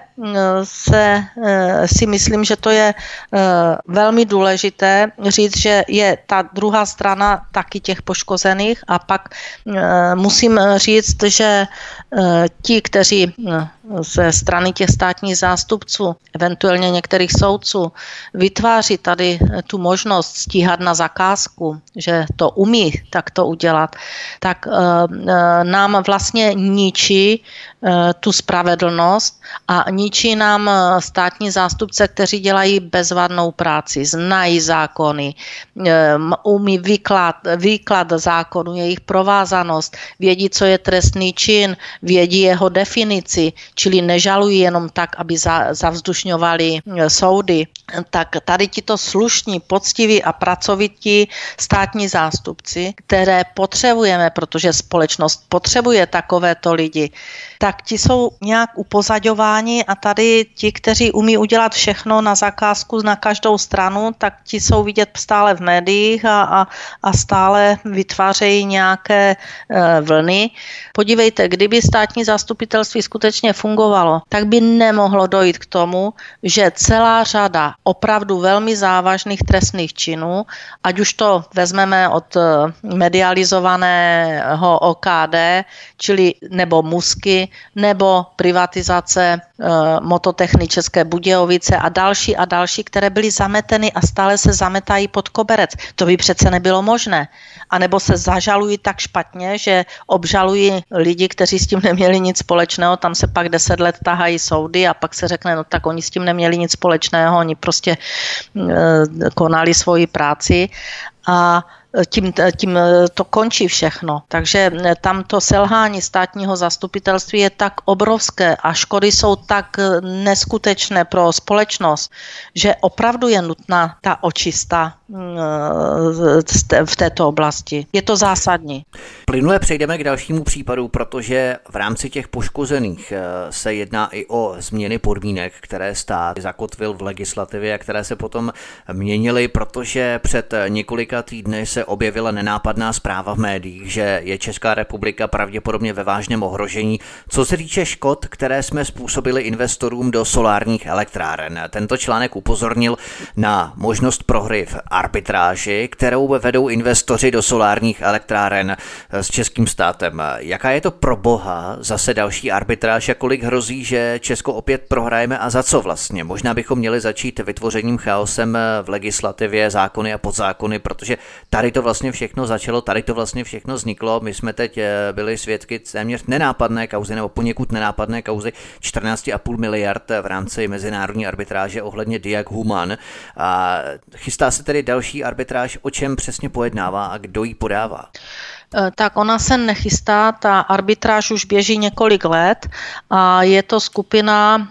se, si myslím, že to je velmi důležité říct, že je ta druhá strana taky těch poškozených. A pak e, musím říct, že e, ti, kteří e, ze strany těch státních zástupců, eventuálně některých soudců, vytváří tady tu možnost stíhat na zakázku, že to umí takto udělat, tak e, e, nám vlastně ničí e, tu spravedlnost a ničí nám státní zástupce, kteří dělají bezvadnou práci, znají zákony, e, umí výklad, výklad zákonu, jejich provázanost, vědí, co je trestný čin, vědí jeho definici, čili nežalují jenom tak, aby za, zavzdušňovali soudy. Tak tady tito slušní, poctiví a pracovití státní zástupci, které potřebujeme, protože společnost potřebuje takovéto lidi, tak ti jsou nějak upozaďováni a tady ti, kteří umí udělat všechno na zakázku na každou stranu, tak ti jsou vidět stále v médiích a, a, a stále vytvářejí nějaké e, vlny. Podívejte, kdyby státní zastupitelství skutečně fungovalo, tak by nemohlo dojít k tomu, že celá řada opravdu velmi závažných trestných činů, ať už to vezmeme od medializovaného O K D, čili nebo Musky, nebo privatizace e, Mototechny České Budějovice a další a další, které byly zameteny a stále se zametají pod koberec. To by přece nebylo možné. A nebo se zažalují tak špatně, že obžalují lidi, kteří s tím neměli nic společného, tam se pak deset let tahají soudy a pak se řekne, no tak oni s tím neměli nic společného, oni prostě e, konali svoji práci a Tím, tím to končí všechno. Takže tam to selhání státního zastupitelství je tak obrovské a škody jsou tak neskutečné pro společnost, že opravdu je nutná ta očista v této oblasti. Je to zásadní. Plynule přejdeme k dalšímu případu, protože v rámci těch poškozených se jedná i o změny podmínek, které stát zakotvil v legislativě a které se potom měnily, protože před několika týdny se objevila nenápadná zpráva v médiích, že je Česká republika pravděpodobně ve vážném ohrožení, co se týče škod, které jsme způsobili investorům do solárních elektráren. Tento článek upozornil na možnost prohry v arbitráži, kterou vedou investoři do solárních elektráren s českým státem. Jaká je to pro boha zase další arbitráž a kolik hrozí, že Česko opět prohrajeme a za co vlastně? Možná bychom měli začít vytvořením chaosem v legislativě, zákony a podzákony, protože tady to vlastně všechno začalo, tady to vlastně všechno vzniklo. My jsme teď byli svědky téměř nenápadné kauzy nebo poněkud nenápadné kauzy čtrnáct celá pět miliard v rámci mezinárodní arbitráže ohledně Diag Human. A chystá se tedy další arbitráž, o čem přesně pojednává a kdo ji podává? Tak ona se nechystá, ta arbitráž už běží několik let a je to skupina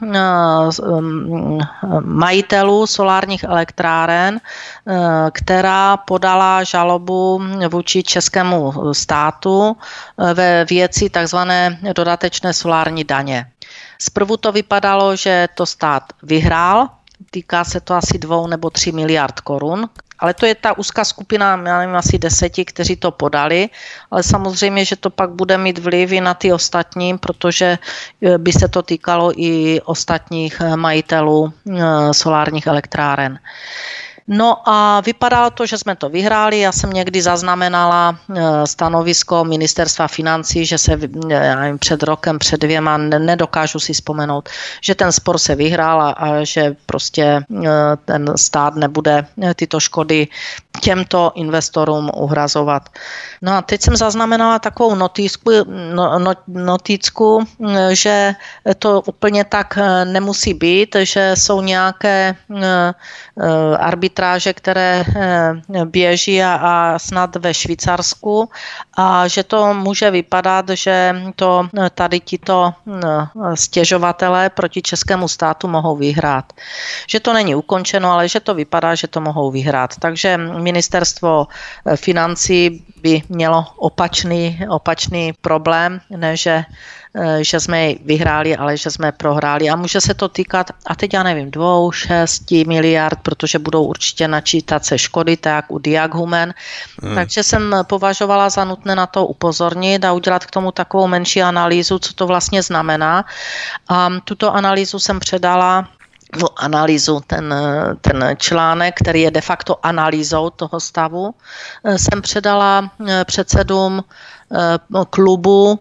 majitelů solárních elektráren, která podala žalobu vůči českému státu ve věci takzvané dodatečné solární daně. Zprvu to vypadalo, že to stát vyhrál, týká se to asi dvou nebo tří miliard korun, Ale to je ta úzká skupina, já nevím, asi deseti, kteří to podali, ale samozřejmě, že to pak bude mít vliv i na ty ostatní, protože by se to týkalo i ostatních majitelů solárních elektráren. No a vypadalo to, že jsme to vyhráli. Já jsem někdy zaznamenala stanovisko ministerstva financí, že se já nevím, před rokem, před dvěma, nedokážu si vzpomenout, že ten spor se vyhrál a, a že prostě ten stát nebude tyto škody těmto investorům uhrazovat. No a teď jsem zaznamenala takovou notísku, no, no, notícku, že to úplně tak nemusí být, že jsou nějaké arbitráže, které běží a, a snad ve Švýcarsku a že to může vypadat, že to tady tito stěžovatelé proti českému státu mohou vyhrát. Že to není ukončeno, ale že to vypadá, že to mohou vyhrát. Takže ministerstvo financí by mělo opačný, opačný problém, ne že, že jsme jej vyhráli, ale že jsme prohráli. A může se to týkat, a teď já nevím, dvou, šesti miliard, protože budou určitě načítat se škody, tak u Diag Human. Hmm. Takže jsem považovala za nutné na to upozornit a udělat k tomu takovou menší analýzu, co to vlastně znamená. A tuto analýzu jsem předala No, analýzu, ten, ten článek, který je de facto analýzou toho stavu, jsem předala předsedům klubu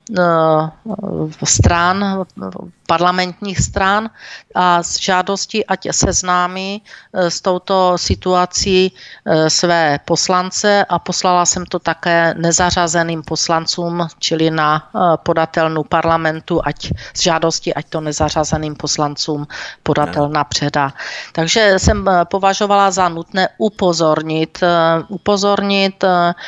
stran, parlamentních stran a s žádostí, ať seznámí s touto situací své poslance a poslala jsem to také nezařazeným poslancům, čili na podatelnu parlamentu, ať s žádostí, ať to nezařazeným poslancům podatelna předá. Takže jsem považovala za nutné upozornit, upozornit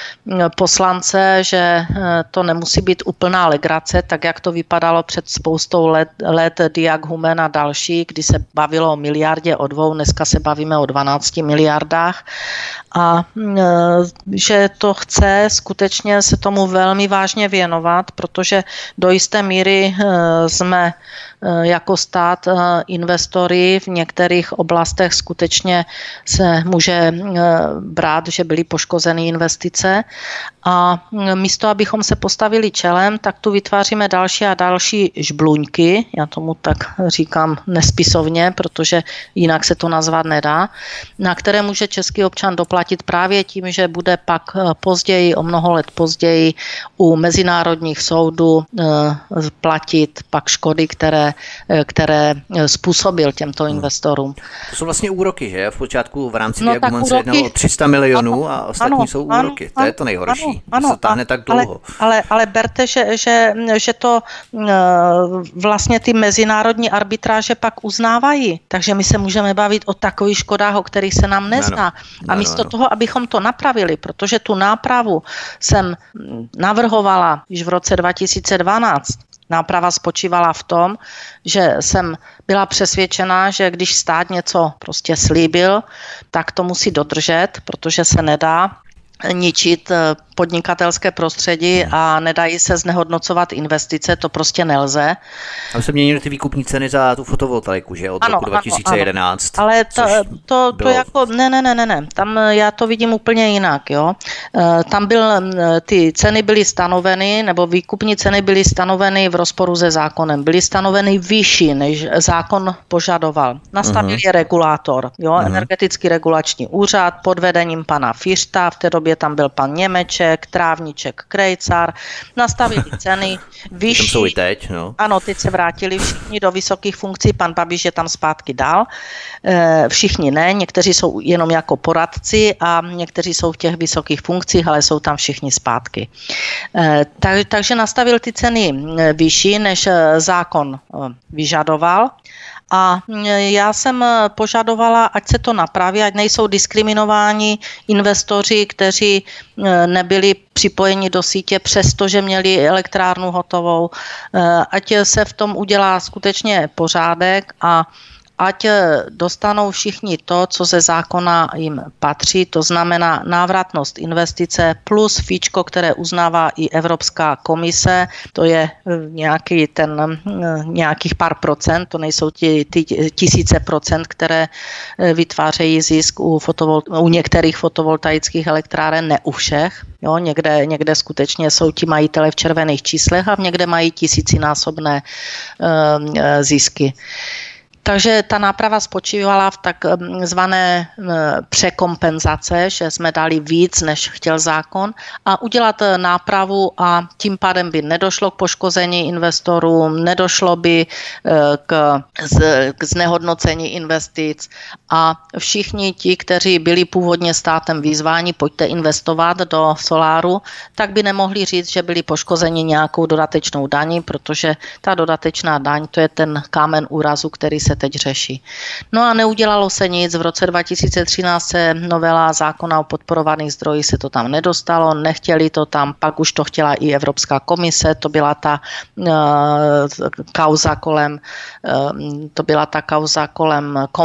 poslance, že to nemusí být úplná legrace, tak jak to vypadalo před spoustou let, let Diag Human a další, kdy se bavilo o miliardě, o dvou, dneska se bavíme o dvanácti miliardách a že to chce skutečně se tomu velmi vážně věnovat, protože do jisté míry jsme jako stát investory v některých oblastech skutečně se může brát, že byly poškozeny investice a místo, abychom se postavili čelem, tak tu vytváříme další a další žbluňky, já tomu tak říkám nespisovně, protože jinak se to nazvat nedá, na které může český občan doplatit právě tím, že bude pak později, o mnoho let později u mezinárodních soudů platit pak škody, které které způsobil těmto investorům. To jsou vlastně úroky, že? V počátku v rámci no, Diag Human se jednalo o tři sta milionů ano, a ostatní ano, jsou ano, úroky. Ano, to je to nejhorší. Ano, ano, to se táhne tak dlouho. Ale, ale, ale berte, že, že, že to vlastně ty mezinárodní arbitráže pak uznávají. Takže my se můžeme bavit o takových škodách, o kterých se nám nezná. Ano, a místo ano, ano. toho, abychom to napravili, protože tu nápravu jsem navrhovala již v roce dva tisíce dvanáct, náprava spočívala v tom, že jsem byla přesvědčená, že když stát něco prostě slíbil, tak to musí dodržet, protože se nedá ničit podnikatelské prostředí a nedají se znehodnocovat investice, to prostě nelze. Tam se měnily ty výkupní ceny za tu fotovoltaiku, že? Od ano, roku dva tisíce jedenáct. Ano, ale to, to, to jako, ne, ne, ne, ne, ne, tam já to vidím úplně jinak, jo. Tam byl, ty ceny byly stanoveny, nebo výkupní ceny byly stanoveny v rozporu se zákonem, byly stanoveny vyšší, než zákon požadoval. Nastavil je regulátor, jo, uh-huh. energetický regulační úřad pod vedením pana Fiřta, v té době tam byl pan Němeček, Trávníček, Krejcar, nastavili ceny vyšší. Tam jsou i teď, no. Ano, teď se vrátili všichni do vysokých funkcí, pan Babiš je tam zpátky dál, e, všichni ne, někteří jsou jenom jako poradci a někteří jsou v těch vysokých funkcích, ale jsou tam všichni zpátky. E, tak, takže nastavil ty ceny vyšší, než zákon vyžadoval. A já jsem požadovala, ať se to napraví, ať nejsou diskriminováni investoři, kteří nebyli připojeni do sítě, přestože měli elektrárnu hotovou. Ať se v tom udělá skutečně pořádek a ať dostanou všichni to, co ze zákona jim patří, to znamená návratnost investice plus fíčko, které uznává i Evropská komise, to je nějaký ten, nějakých pár procent, to nejsou ty, ty tisíce procent, které vytvářejí zisk u, fotovol, u některých fotovoltaických elektráren, ne u všech. Jo, někde, někde skutečně jsou ti majitele v červených číslech a někde mají tisícinásobné e, zisky. Takže ta náprava spočívala v takzvané překompenzace, že jsme dali víc, než chtěl zákon, a udělat nápravu a tím pádem by nedošlo k poškození investorů, nedošlo by k, k znehodnocení investic a všichni ti, kteří byli původně státem vyzváni, pojďte investovat do soláru, tak by nemohli říct, že byli poškozeni nějakou dodatečnou daní, protože ta dodatečná daň, to je ten kámen úrazu, který se teď řeší. No a neudělalo se nic. V roce dva tisíce třináct se novela zákona o podporovaných zdrojích se to tam nedostalo, nechtěli to tam, pak už to chtěla i Evropská komise, to byla ta uh, kauza kolem, uh, to byla ta kauza kolem kom,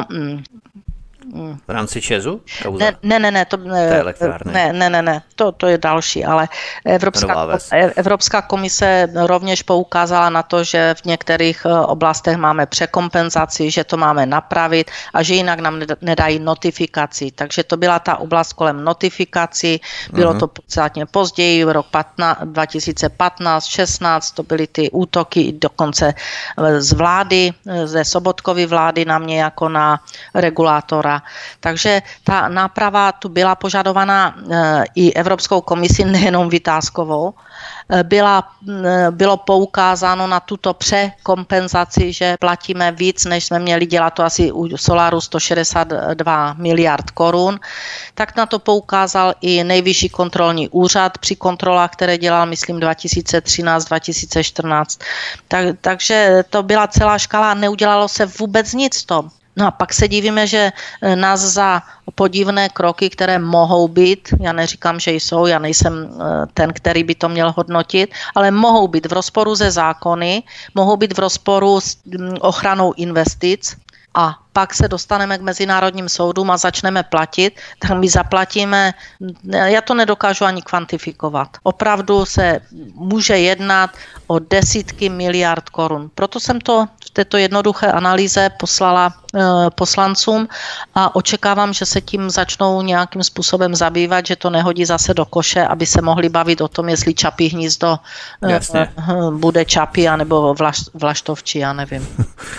v rámci ČEZu? Kauza? Ne, ne, ne, ne, to, ne, ne, ne, ne, to, to je další, ale Evropská, Evropská komise rovněž poukázala na to, že v některých oblastech máme překompenzaci, že to máme napravit a že jinak nám nedají notifikaci. Takže to byla ta oblast kolem notifikací, bylo uh-huh. to podstatně později, rok dva tisíce patnáct šestnáct, to byly ty útoky dokonce z vlády, ze Sobotkovy vlády na mě jako na regulátora. Takže ta náprava tu byla požadovaná i Evropskou komisi, nejenom Vitáskovou. Byla, bylo poukázáno na tuto překompenzaci, že platíme víc, než jsme měli dělat, to asi u soláru sto šedesát dva miliard korun. Tak na to poukázal i Nejvyšší kontrolní úřad při kontrolách, které dělal, myslím, dva tisíce třináct dva tisíce čtrnáct. Tak, takže to byla celá škala a neudělalo se vůbec nic v tom. No a pak se divíme, že nás za podivné kroky, které mohou být, já neříkám, že jsou, já nejsem ten, který by to měl hodnotit, ale mohou být v rozporu se zákony, mohou být v rozporu s ochranou investic a pak se dostaneme k mezinárodním soudům a začneme platit, tak my zaplatíme, já to nedokážu ani kvantifikovat. Opravdu se může jednat o desítky miliard korun. Proto jsem to v této jednoduché analýze poslala e, poslancům a očekávám, že se tím začnou nějakým způsobem zabývat, že to nehodí zase do koše, aby se mohli bavit o tom, jestli Čapí hnízdo e, bude Čapí, anebo vlaš, Vlaštovčí, já nevím.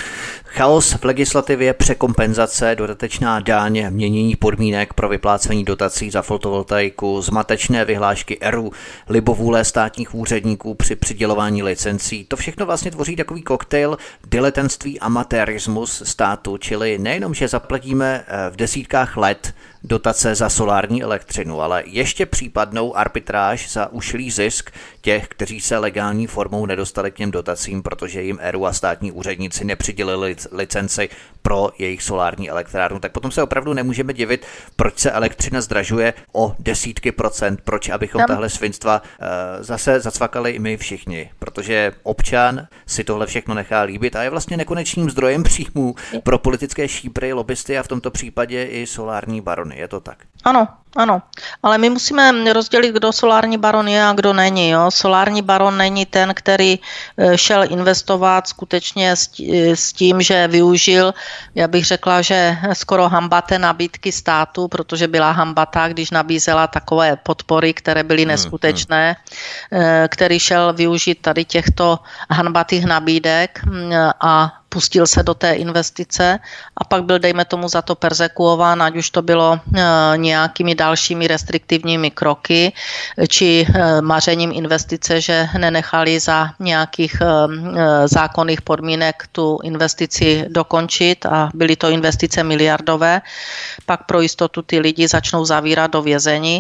Chaos v legislativě, překompenzace, dodatečná daň, měnění podmínek pro vyplácení dotací za fotovoltaiku, zmatečné vyhlášky E R U, libovůle státních úředníků při přidělování licencí. To všechno vlastně tvoří takový koktejl diletantství, amatérismus státu, čili nejenom, že zaplatíme v desítkách let dotace za solární elektřinu, ale ještě případnou arbitráž za ušlý zisk těch, kteří se legální formou nedostali k těm dotacím, protože jim E R U a státní úředníci nepřidělili licenci pro jejich solární elektrárnu, tak potom se opravdu nemůžeme divit, proč se elektřina zdražuje o desítky procent, proč abychom tahle svinstva uh, zase zacvakali i my všichni, protože občan si tohle všechno nechá líbit a je vlastně nekonečným zdrojem příjmů pro politické šíbry, lobbysty a v tomto případě i solární barony. Je to tak? Ano, ano, ale my musíme rozdělit, kdo solární baron je a kdo není. Jo? Solární baron není ten, který šel investovat skutečně s tím, že využil, já bych řekla, že skoro hambaté nabídky státu, protože byla hambata, když nabízela takové podpory, které byly neskutečné, který šel využít tady těchto hanbatých nabídek a pustil se do té investice a pak byl, dejme tomu, za to perzekuován, ať už to bylo e, nějakými dalšími restriktivními kroky, či e, mařením investice, že nenechali za nějakých e, zákonných podmínek tu investici dokončit a byly to investice miliardové. Pak pro jistotu ty lidi začnou zavírat do vězení.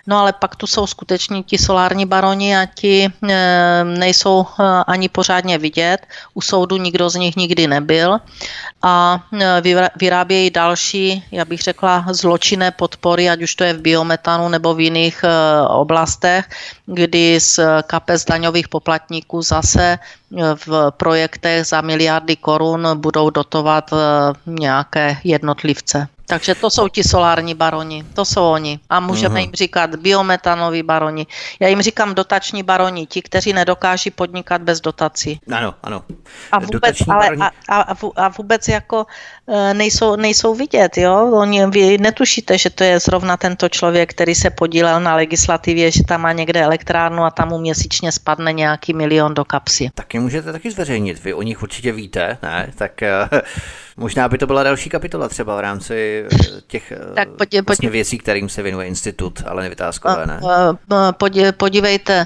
No ale pak tu jsou skutečně ti solární baroni a ti e, nejsou e, ani pořádně vidět. U soudu nikdo z nich nikdy nebyl a e, vyrábějí další, já bych řekla, zločinné podpory, ať už to je v biometanu nebo v jiných e, oblastech, kdy z kapes daňových poplatníků zase v projektech za miliardy korun budou dotovat e, nějaké jednotlivce. Takže to jsou ti solární baroni, to jsou oni. A můžeme jim říkat biometanoví baroni. Já jim říkám dotační baroni, ti, kteří nedokáží podnikat bez dotací. Ano, ano. A vůbec, ale, a, a, a vůbec jako nejsou, nejsou vidět, jo? Oni, vy netušíte, že to je zrovna tento člověk, který se podílel na legislativě, že tam má někde elektrárnu a tam mu měsíčně spadne nějaký milion do kapsy. Tak je můžete taky zveřejnit, vy o nich určitě víte, ne? Tak uh, možná by to byla další kapitola třeba v rámci těch tak podě, vlastně podě... věcí, kterým se věnuje institut, ale nevytázkové, ne? Podě, podívejte,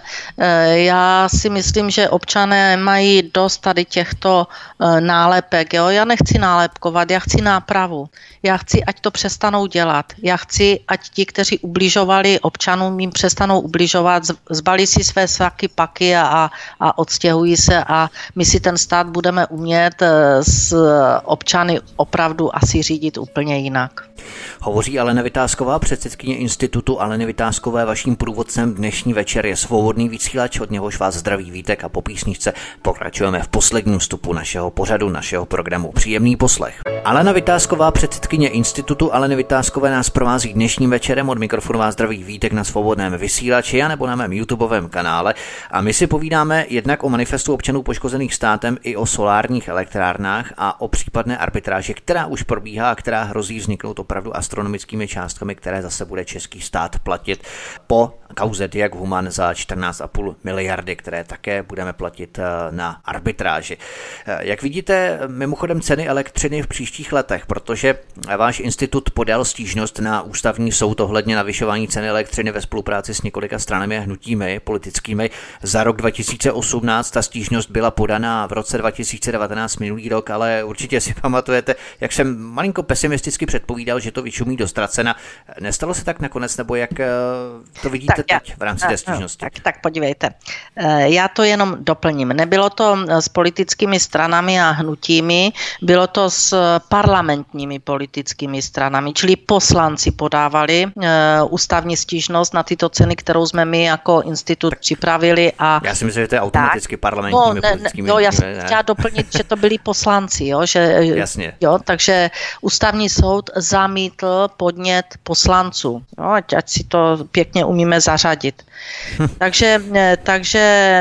já si myslím, že občané mají dost tady těchto nálepek, jo? Já nechci nálepkovat, já chci nápravu. Já chci, ať to přestanou dělat. Já chci, ať ti, kteří ubližovali občanům, jim přestanou ubližovat, zbalí si své saky paky a, a odstěhují se a my si ten stát budeme umět s občany opravdu asi řídit úplně jinak. Hovoří Alena Vitásková, předsedkyně institutu Aleny Vitáskové. Vaším průvodcem dnešní večer je Svobodný vysílač, od něhož vás zdraví Vítek a po písničce pokračujeme v posledním vstupu našeho pořadu, našeho programu. Příjemný poslech. Alena Vitásková, předsedkyně institutu Aleny Vitáskové, nás provází dnešním večerem. Od mikrofonu vás zdraví Vítek na Svobodném vysílači a nebo na mém YouTubeovém kanále. A my si povídáme jednak o manifestu občanů poškozených státem i o solárních elektrárnách a o případné arbitráži, která už probíhá a která hrozí vzniknout opravdu astronomickými částkami, které zase bude český stát platit po kauze Diag Human za čtrnáct celá pět miliardy, které také budeme platit na arbitráži. Jak vidíte, mimochodem ceny elektřiny v příštích letech, protože váš institut podal stížnost na ústavní soud ohledně navyšování ceny elektřiny ve spolupráci s několika stranami a hnutími politickými. Za rok dva tisíce osmnáct ta stížnost byla podaná v roce dva tisíce devatenáct minulý rok, ale určitě si pamatujete, jak jsem malinko pesimisticky předpovídal, že to vyšumí do ztracena. Nestalo se tak nakonec, nebo jak to vidíte tak, teď v rámci té stížnosti? Tak, tak podívejte, já to jenom doplním. Nebylo to s politickými stranami a hnutími, bylo to s parlamentními politickými stranami, čili poslanci podávali ústavní stížnost na tyto ceny, kterou jsme my jako institut tak připravili. A já si myslím, že to je automaticky tak, parlamentními no, politickými. No, já jsem chtěla doplnit, že to byli poslanci, jo, že, jasně. Jo, takže ústavní soud zamítl podnět poslanců. No, ať, ať si to pěkně umíme zařadit. Hm. Takže, takže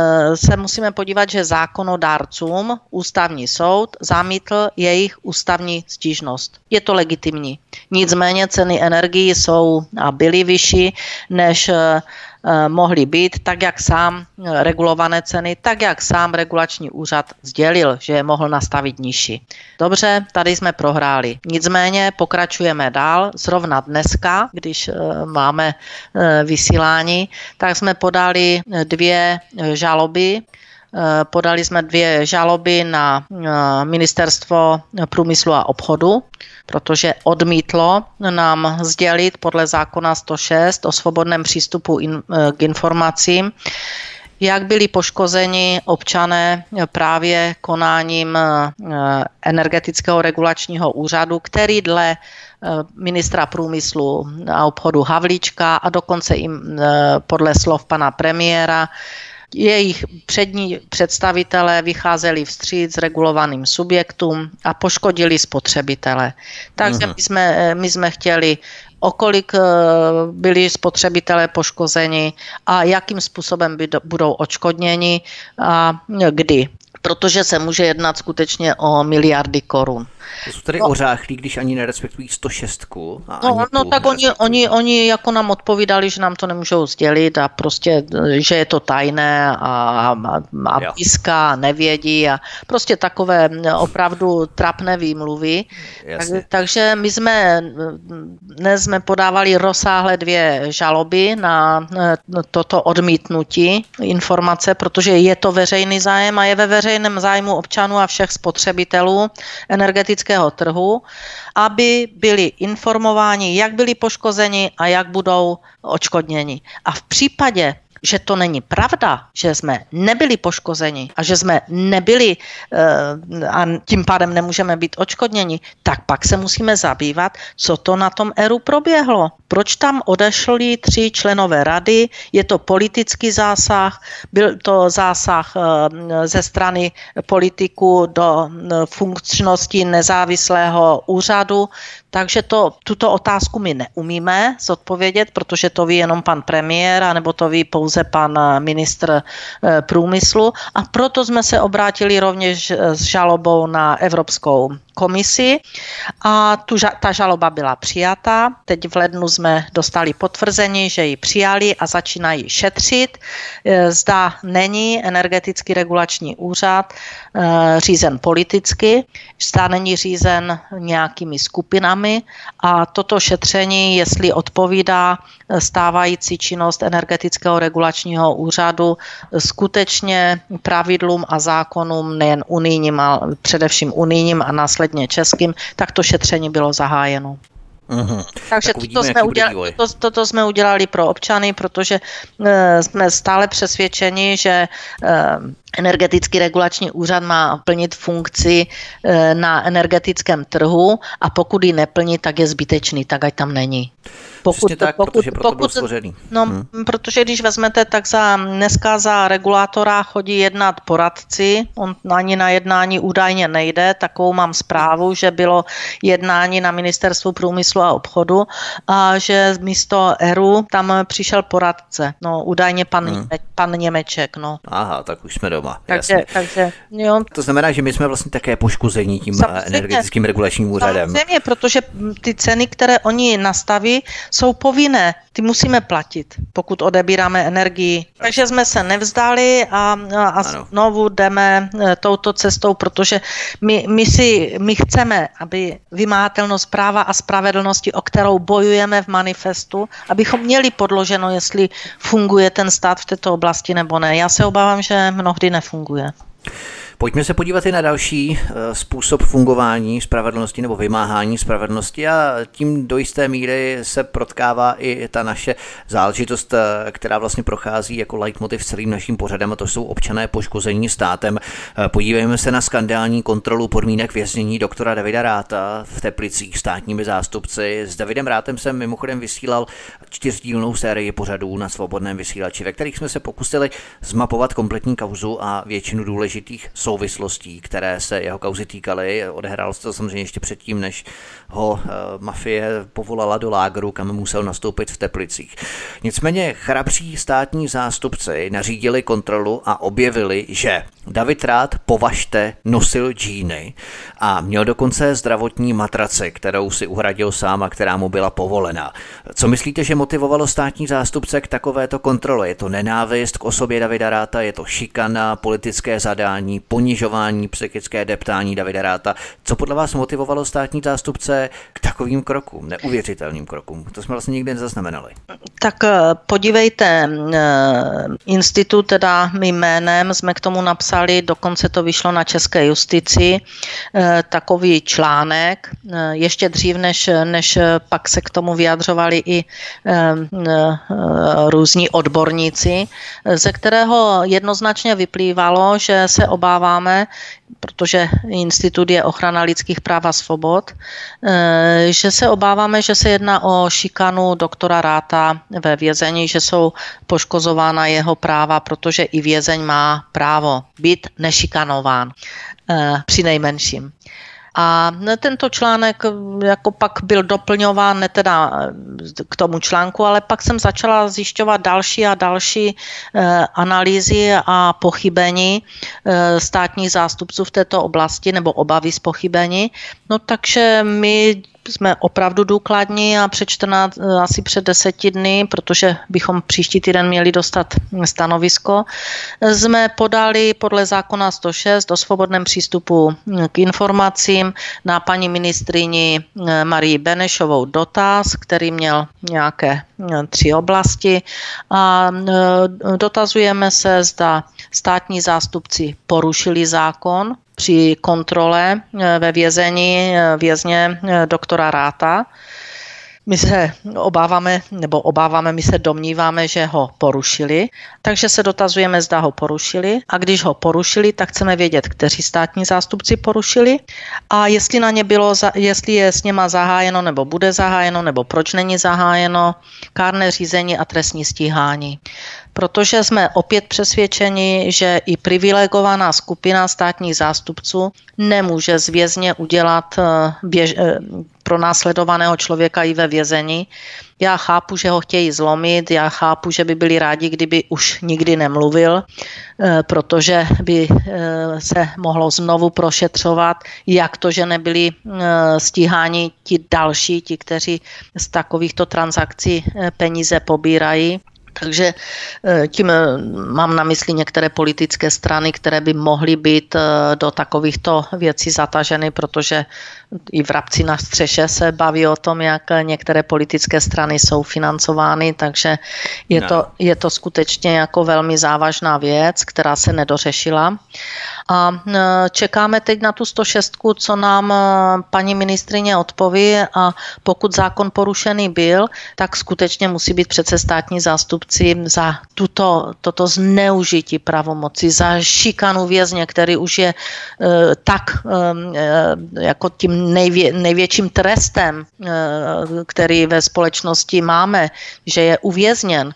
se musíme podívat, že zákonodárcům ústavní soud zamítl jejich ústavní stížnost. Je to legitimní. Nicméně ceny energií jsou a byly vyšší, než mohly být, tak jak sám regulované ceny, tak jak sám regulační úřad sdělil, že je mohl nastavit nižší. Dobře, tady jsme prohráli. Nicméně pokračujeme dál. Zrovna dneska, když máme vysílání, tak jsme podali dvě žaloby. Podali jsme dvě žaloby na Ministerstvo průmyslu a obchodu, protože odmítlo nám sdělit podle zákona sto šest o svobodném přístupu in, k informacím, jak byli poškozeni občané právě konáním Energetického regulačního úřadu, který dle ministra průmyslu a obchodu Havlíčka a dokonce i podle slov pana premiéra jejich přední představitelé vycházeli vstříc regulovaným subjektům a poškodili spotřebitele. Takže my jsme, my jsme chtěli, o kolik byli spotřebitelé poškozeni a jakým způsobem budou odškodněni a kdy. Protože se může jednat skutečně o miliardy korun. To jsou tady no, ořáchlí, když ani nerespektují sto šest. No, no tak oni, oni, oni jako nám odpovídali, že nám to nemůžou sdělit a prostě, že je to tajné a, a, a píská, nevědí a prostě takové opravdu trapné výmluvy. Tak, takže my jsme, dnes jsme podávali rozsáhlé dvě žaloby na toto odmítnutí informace, protože je to veřejný zájem a je ve veřejném zájmu občanů a všech spotřebitelů energetických energetického trhu, aby byli informováni, jak byli poškozeni a jak budou odškodněni. A v případě, že to není pravda, že jsme nebyli poškozeni a že jsme nebyli a tím pádem nemůžeme být odškodněni, tak pak se musíme zabývat, co to na tom ERÚ proběhlo. Proč tam odešli tři členové rady? Je to politický zásah, byl to zásah ze strany politiků do funkčnosti nezávislého úřadu, takže to, tuto otázku my neumíme zodpovědět, protože to ví jenom pan premiér, anebo to ví pouze pan ministr průmyslu, a proto jsme se obrátili rovněž s žalobou na Evropskou komisi a tu, ta žaloba byla přijata. Teď v lednu jsme dostali potvrzení, že ji přijali a začínají šetřit. Zda není energetický regulační úřad řízen politicky, zda není řízen nějakými skupinami a toto šetření, jestli odpovídá stávající činnost energetického regulačního úřadu skutečně pravidlům a zákonům nejen unijním, ale především unijním a následně českým, tak to šetření bylo zahájeno. Uhum. Takže tak toto, jsme udělali, to, toto jsme udělali pro občany, protože e, jsme stále přesvědčeni, že e, energetický regulační úřad má plnit funkci e, na energetickém trhu a pokud ji neplní, tak je zbytečný, tak ať tam není. Pokud, tak, pokud, protože proto pokud, byl stvořený. No, hmm. protože když vezmete, tak za, dneska za regulátora chodí jednat poradci, on ani na jednání údajně nejde, takovou mám zprávu, že bylo jednání na ministerstvu průmyslu a obchodu a že místo ERÚ tam přišel poradce, no údajně pan, hmm. pan Němeček, no. Aha, tak už jsme doma, takže, takže, jo. To znamená, že my jsme vlastně také poškození tím samozřejmě, energetickým regulačním úřadem. Samozřejmě, protože ty ceny, které oni nastaví, jsou povinné, ty musíme platit, pokud odebíráme energii. Takže jsme se nevzdali a, a znovu jdeme touto cestou, protože my, my, si, my chceme, aby vymahatelnost práva a spravedlnosti, o kterou bojujeme v manifestu, abychom měli podloženo, jestli funguje ten stát v této oblasti nebo ne. Já se obávám, že mnohdy nefunguje. Pojďme se podívat i na další způsob fungování spravedlnosti nebo vymáhání spravedlnosti a tím do jisté míry se protkává i ta naše záležitost, která vlastně prochází jako leitmotiv celým naším pořadem, a to jsou občané poškození státem. Podívejme se na skandální kontrolu podmínek věznění doktora Davida Ratha v Teplicích státními zástupci. S Davidem Rathem jsem mimochodem vysílal čtyřdílnou sérii pořadů na Svobodném vysílači, ve kterých jsme se pokusili zmapovat kompletní kauzu a většinu důležitých souvislostí, které se jeho kauzy týkaly. Odehrálo se to samozřejmě ještě předtím, než ho e, mafie povolala do lágru, kam musel nastoupit v Teplicích. Nicméně chrabří státní zástupci nařídili kontrolu a objevili, že David Rath, považte, nosil džíny a měl dokonce zdravotní matraci, kterou si uhradil sám a která mu byla povolena. Co myslíte, že motivovalo státní zástupce k takovéto kontrole? Je to nenávist k osobě Davida Ratha, je to šikana, politické zadání, ponižování, psychické deptání Davida Ratha? Co podle vás motivovalo státní zástupce k takovým krokům, neuvěřitelným krokům? To jsme vlastně nikdy nezaznamenali. Tak podívejte, institut, teda mým jménem jsme k tomu napsali, dokonce to vyšlo na české justici, takový článek, ještě dřív, než, než pak se k tomu vyjadřovali i různí odborníci, ze kterého jednoznačně vyplývalo, že se obáváme, protože institut je ochrana lidských práv a svobod, že se obáváme, že se jedná o šikanu doktora Ratha ve vězení, že jsou poškozována jeho práva, protože i vězeň má právo být nešikanován při nejmenším. A tento článek jako pak byl doplňován ne teda k tomu článku, ale pak jsem začala zjišťovat další a další eh, analýzy a pochybení eh, státních zástupců v této oblasti nebo obavy z pochybení. No takže my jsme opravdu důkladní a před čtrnáct, asi před deseti dny, protože bychom příští týden měli dostat stanovisko, jsme podali podle zákona sto šest o svobodném přístupu k informacím na paní ministryni Marii Benešovou dotaz, který měl nějaké tři oblasti a dotazujeme se, zda státní zástupci porušili zákon při kontrole ve vězení vězně doktora Ráta. My se obáváme, nebo obáváme, my se domníváme, že ho porušili, takže se dotazujeme, zda ho porušili a když ho porušili, tak chceme vědět, kteří státní zástupci porušili a jestli na ně bylo, jestli je s něma zahájeno, nebo bude zahájeno, nebo proč není zahájeno kárné řízení a trestní stíhání. Protože jsme opět přesvědčeni, že i privilegovaná skupina státních zástupců nemůže z vězně udělat běž, pro následovaného člověka i ve vězení. Já chápu, že ho chtějí zlomit, já chápu, že by byli rádi, kdyby už nikdy nemluvil, protože by se mohlo znovu prošetřovat, jak to, že nebyli stíháni ti další, ti, kteří z takovýchto transakcí peníze pobírají. Takže tím mám na mysli některé politické strany, které by mohly být do takovýchto věcí zataženy, protože i Vrabci na střeše se baví o tom, jak některé politické strany jsou financovány, takže je, no. to, je to skutečně jako velmi závažná věc, která se nedořešila. A čekáme teď na tu sto šest, co nám paní ministryně odpoví a pokud zákon porušený byl, tak skutečně musí být přece státní zástupci za tuto, toto zneužití pravomoci, za šikanu vězně, který už je uh, tak um, jako tím nejvě, největším trestem, uh, který ve společnosti máme, že je uvězněn,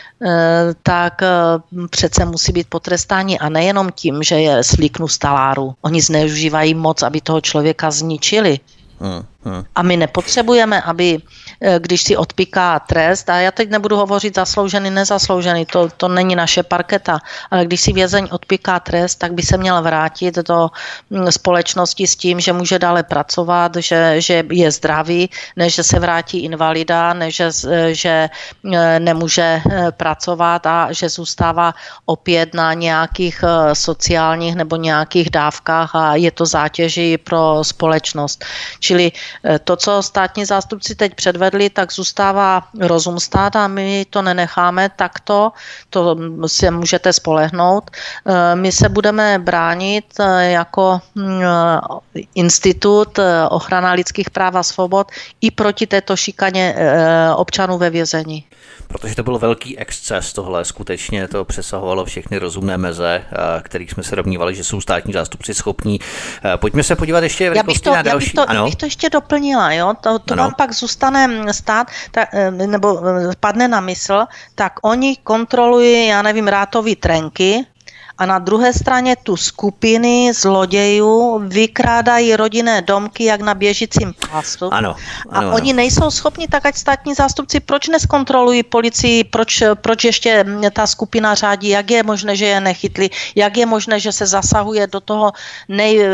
tak přece musí být potrestáni a nejenom tím, že je slíknu z taláru. Oni zneužívají moc, aby toho člověka zničili. Hmm, hmm. A my nepotřebujeme, aby když si odpiká trest, a já teď nebudu hovořit zasloužený, nezasloužený, to, to není naše parketa, ale když si vězeň odpiká trest, tak by se měl vrátit do společnosti s tím, že může dále pracovat, že, že je zdravý, než že se vrátí invalida, než že, že nemůže pracovat a že zůstává opět na nějakých sociálních nebo nějakých dávkách a je to zátěží pro společnost. Čili to, co státní zástupci teď předvedli, tak zůstává rozum stát a my to nenecháme takto, to se můžete spolehnout. My se budeme bránit jako institut ochrana lidských práv a svobod i proti této šikaně občanů ve vězení. Protože to byl velký exces tohle, skutečně to přesahovalo všechny rozumné meze, kterých jsme se domnívali, že jsou státní zástupci schopní. Pojďme se podívat ještě v rychlosti na další. Já bych to, já bych to ještě doplnila, jo? To, to vám pak zůstane stát, tak, nebo padne na mysl, tak oni kontrolují, já nevím, Rátovy trenky, a na druhé straně tu skupiny zlodějů vykrádají rodinné domky jak na běžícím pásu. Ano, ano, a oni ano. nejsou schopni, tak ať státní zástupci, proč neskontrolují policii, proč, proč ještě ta skupina řádí, jak je možné, že je nechytli, jak je možné, že se zasahuje do toho nej,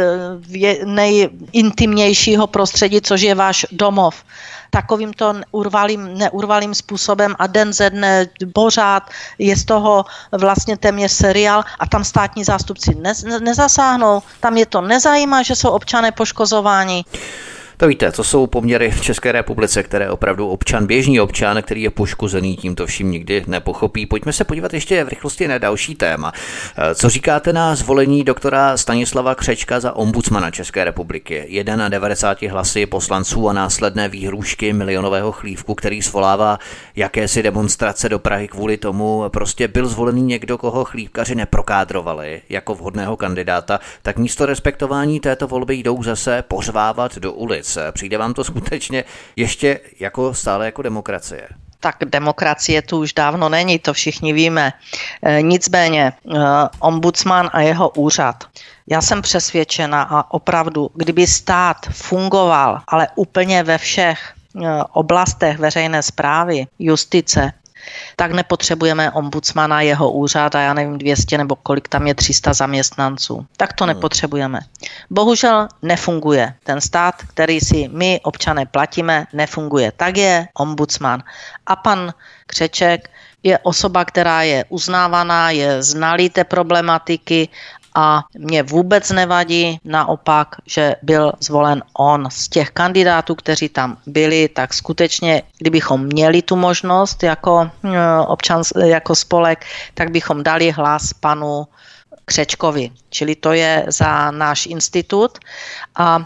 nejintimnějšího prostředí, což je váš domov. Takovýmto urvalým, neurvalým způsobem a den ze dne pořád je z toho vlastně téměř seriál a tam státní zástupci ne, ne, nezasáhnou, tam je to nezajímá, že jsou občané poškozováni. To víte, to jsou poměry v České republice, které opravdu občan, běžný občan, který je poškozený tímto vším, nikdy nepochopí. Pojďme se podívat ještě v rychlosti na další téma. Co říkáte na zvolení doktora Stanislava Křečka za ombudsmana České republiky? devadesát jedna hlasy poslanců a následné výhrůžky milionového chlívku, který svolává jakési demonstrace do Prahy kvůli tomu, prostě byl zvolený někdo, koho chlívkaři neprokádrovali jako vhodného kandidáta, tak místo respektování této volby jdou zase pořvávat do ulic. Přijde vám to skutečně ještě jako stále jako demokracie? Tak demokracie tu už dávno není, to všichni víme. E, nicméně, e, ombudsman a jeho úřad. Já jsem přesvědčena a opravdu, kdyby stát fungoval, ale úplně ve všech e, oblastech veřejné správy, justice, tak nepotřebujeme ombudsmana, jeho úřad a já nevím dvě stě nebo kolik tam je tři sta zaměstnanců. Tak to nepotřebujeme. Bohužel nefunguje. Ten stát, který si my občané platíme, nefunguje. Tak je ombudsman. A pan Křeček je osoba, která je uznávaná, je znalý té problematiky a mě vůbec nevadí, naopak, že byl zvolen on. Z těch kandidátů, kteří tam byli, tak skutečně, kdybychom měli tu možnost jako občan, jako spolek, tak bychom dali hlas panu Křečkovi, čili to je za náš institut a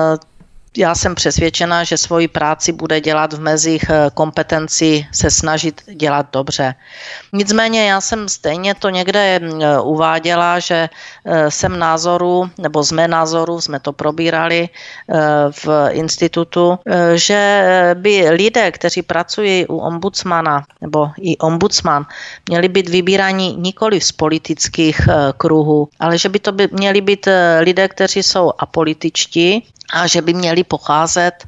já jsem přesvědčena, že svoji práci bude dělat v mezích kompetencí se snažit dělat dobře. Nicméně já jsem stejně to někde uváděla, že jsem názoru, nebo z mé názoru, jsme to probírali v institutu, že by lidé, kteří pracují u ombudsmana, nebo i ombudsman, měli být vybíráni nikoli z politických kruhů, ale že by to by měli být lidé, kteří jsou apolitičtí, a že by měli pocházet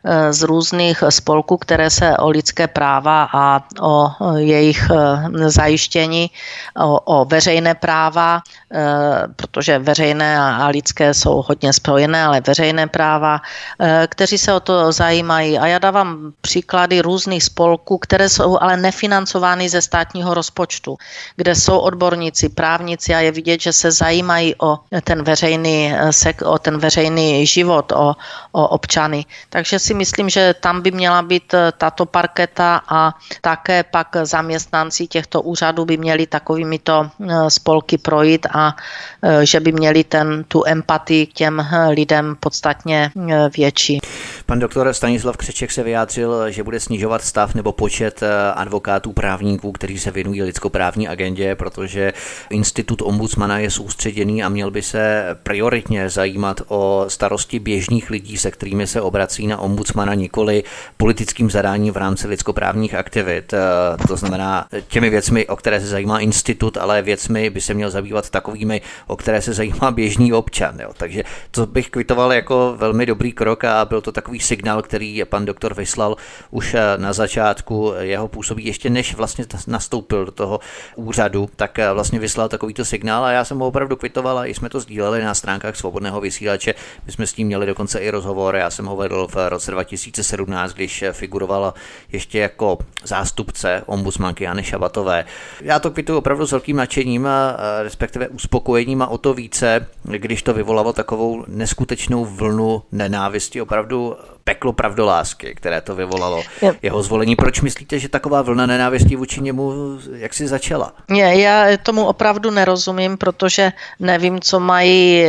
z různých spolků, které se o lidské práva a o jejich zajištění, o, o veřejné práva, protože veřejné a lidské jsou hodně spojené, ale veřejné práva, kteří se o to zajímají. A já dávám příklady různých spolků, které jsou ale nefinancovány ze státního rozpočtu, kde jsou odborníci, právníci a je vidět, že se zajímají o ten veřejný, o ten veřejný život, O, o občany. Takže si myslím, že tam by měla být tato parketa a také pak zaměstnanci těchto úřadů by měli takovýmito spolky projít a že by měli ten, tu empatii k těm lidem podstatně větší. Pan doktor Stanislav Křeček se vyjádřil, že bude snižovat stav nebo počet advokátů, právníků, kteří se věnují lidskoprávní agendě, protože institut ombudsmana je soustředěný a měl by se prioritně zajímat o starosti běžných lidí, se kterými se obrací na ombudsmana, nikoli politickým zadáním v rámci lidskoprávních aktivit. To znamená těmi věcmi, o které se zajímá institut, ale věcmi by se měl zabývat takovými, o které se zajímá běžný občan. Jo. Takže to bych kvitoval jako velmi dobrý krok a byl to takový signál, který pan doktor vyslal už na začátku jeho působí, ještě než vlastně nastoupil do toho úřadu, tak vlastně vyslal takovýto signál a já jsem ho opravdu kvitoval a i jsme to sdíleli na stránkách Svobodného vysílače. My jsme s tím měli dokonce i rozhovor, já jsem ho vedl v roce dva tisíce sedmnáct, když figurovala ještě jako zástupce ombudsmanky Jany Šabatové. Já to kvituju opravdu s velkým nadšením a respektive uspokojením a o to více, když to vyvolalo takovou neskutečnou vlnu nenávisti, opravdu peklo pravdolásky, které to vyvolalo jeho zvolení. Proč myslíte, že taková vlna nenávisti vůči němu jak si začala? Ne, já tomu opravdu nerozumím, protože nevím, co mají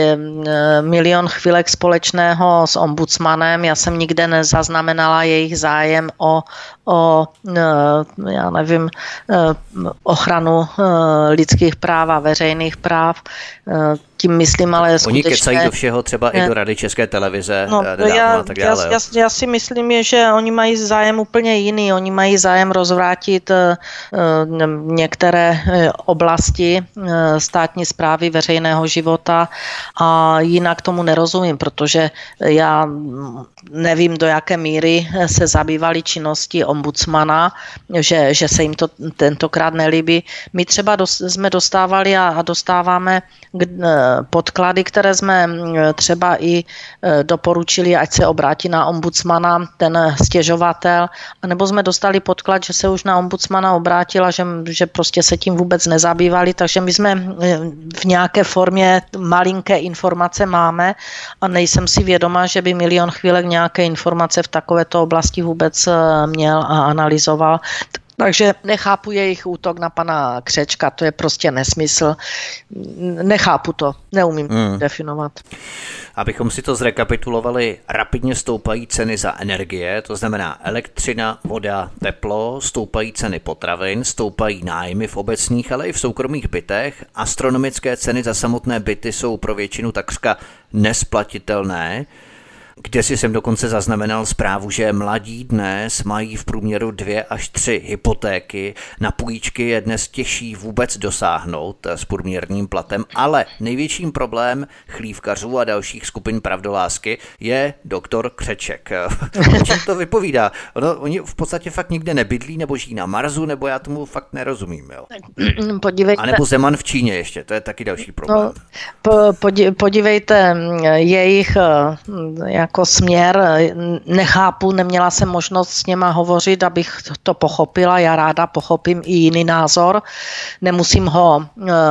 milion chvílek společného s ombudsmanem. Já jsem nikde nezaznamenala jejich zájem o, o já nevím, ochranu lidských práv a veřejných práv. Tím myslím, ale skutečně... Oni kecají do všeho, třeba i do Rady České televize, no, já, a tak dále. Já, já, já si myslím, že oni mají zájem úplně jiný. Oni mají zájem rozvrátit uh, některé oblasti uh, státní správy veřejného života a jinak tomu nerozumím, protože já nevím, do jaké míry se zabývali činnosti ombudsmana, že, že se jim to tentokrát nelíbí. My třeba dos, jsme dostávali a, a dostáváme k, podklady, které jsme třeba i doporučili, ať se obrátí na ombudsmana ten stěžovatel, nebo jsme dostali podklad, že se už na ombudsmana obrátila, že, že prostě se tím vůbec nezabývali, takže my jsme v nějaké formě malinké informace máme a nejsem si vědoma, že by milion chvílek nějaké informace v takovéto oblasti vůbec měl a analyzoval. Takže nechápu jejich útok na pana Křečka, to je prostě nesmysl. Nechápu to, neumím hmm. definovat. Abychom si to zrekapitulovali, rapidně stoupají ceny za energie, to znamená elektřina, voda, teplo, stoupají ceny potravin, stoupají nájmy v obecních, ale i v soukromých bytech. Astronomické ceny za samotné byty jsou pro většinu takřka nesplatitelné. Kde si jsem dokonce zaznamenal zprávu, že mladí dnes mají v průměru dvě až tři hypotéky. Na půjčky je dnes těžší vůbec dosáhnout s průměrným platem, ale největším problém chlívkařů a dalších skupin pravdolásky je doktor Křeček. O čem to vypovídá? Ono, oni v podstatě fakt nikde nebydlí, nebo žijí na Marsu, nebo já tomu fakt nerozumím. Jo? Podívejte. A nebo Zeman v Číně ještě, to je taky další problém. No, po, podívejte, jejich jako směr nechápu, neměla jsem možnost s něma hovořit, abych to pochopila, já ráda pochopím i jiný názor, nemusím ho,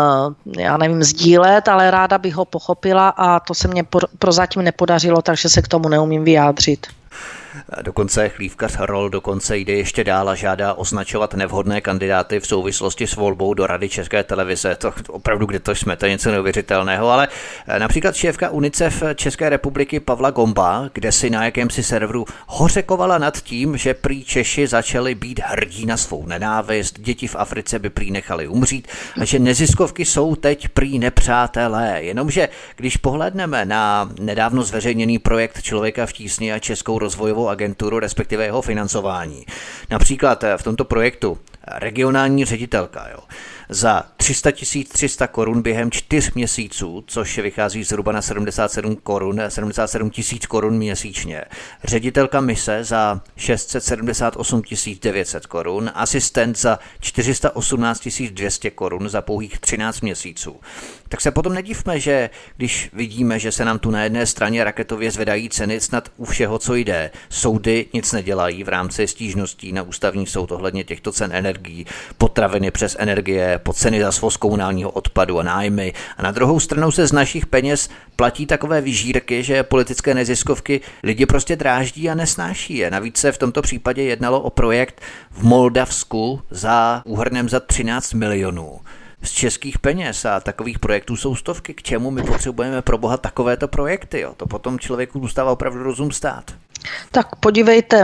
já nevím, sdílet, ale ráda bych ho pochopila a to se mně prozatím nepodařilo, takže se k tomu neumím vyjádřit. Dokonce chlívkař Rol dokonce jde ještě dál a žádá označovat nevhodné kandidáty v souvislosti s volbou do Rady České televize. To opravdu, kde to jsme, to je něco neuvěřitelného, ale například šéfka UNICEF České republiky Pavla Gomba, kde si na jakémsi serveru hořekovala nad tím, že prý Češi začali být hrdí na svou nenávist, děti v Africe by prý nechali umřít a že neziskovky jsou teď prý nepřátelé. Jenomže když pohlédneme na nedávno zveřejněný projekt Člověka v tísni a Českou rozvojovou agenturu, respektive jeho financování. Například v tomto projektu regionální ředitelka, jo, za tři sta tisíc tři sta korun během čtyř měsíců, což vychází zhruba na sedmdesát sedm korun, sedmdesát sedm tisíc korun měsíčně. Ředitelka mise za šest set sedmdesát osm tisíc devět set korun, asistent za čtyři sta osmnáct tisíc dvě stě korun za pouhých třináct měsíců. Tak se potom nedivme, že když vidíme, že se nám tu na jedné straně raketově zvedají ceny snad u všeho, co jde, soudy nic nedělají v rámci stížností na ústavní soud ohledně těchto cen energií, potraviny přes energie, po ceny za svoz komunálního odpadu a nájmy. A na druhou stranu se z našich peněz platí takové vyžírky, že politické neziskovky lidi prostě dráždí a nesnáší je. Navíc se v tomto případě jednalo o projekt v Moldavsku za úhrnem za třináct milionů. Z českých peněz a takových projektů jsou stovky. K čemu my potřebujeme pro boha takovéto projekty? Jo? To potom člověku zůstává opravdu rozum stát. Tak podívejte,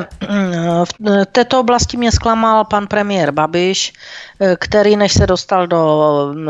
v této oblasti mě zklamal pan premiér Babiš, který než se dostal do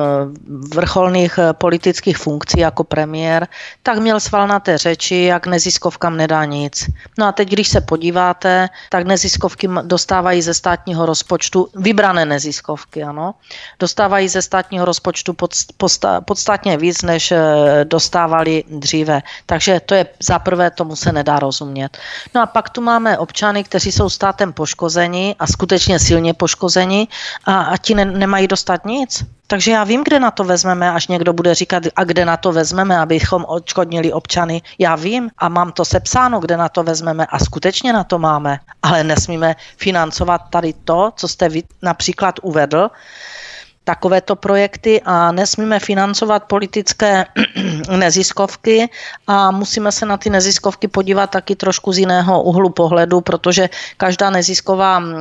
vrcholných politických funkcí jako premiér, tak měl svalnaté řeči, jak neziskovkám nedá nic. No a teď, když se podíváte, tak neziskovky dostávají ze státního rozpočtu, vybrané neziskovky, ano, dostávají ze státního rozpočtu podstatně víc, než dostávali dříve. Takže to je za prvé, tomu se nedá rozumět. No a pak tu máme občany, kteří jsou státem poškozeni a skutečně silně poškozeni a, a ti ne, nemají dostat nic. Takže já vím, kde na to vezmeme, až někdo bude říkat, a kde na to vezmeme, abychom odškodnili občany. Já vím a mám to sepsáno, kde na to vezmeme a skutečně na to máme. Ale nesmíme financovat tady to, co jste vy například uvedl, takovéto projekty a nesmíme financovat politické neziskovky a musíme se na ty neziskovky podívat taky trošku z jiného úhlu pohledu, protože každá nezisková uh,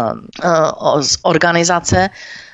uh, organizace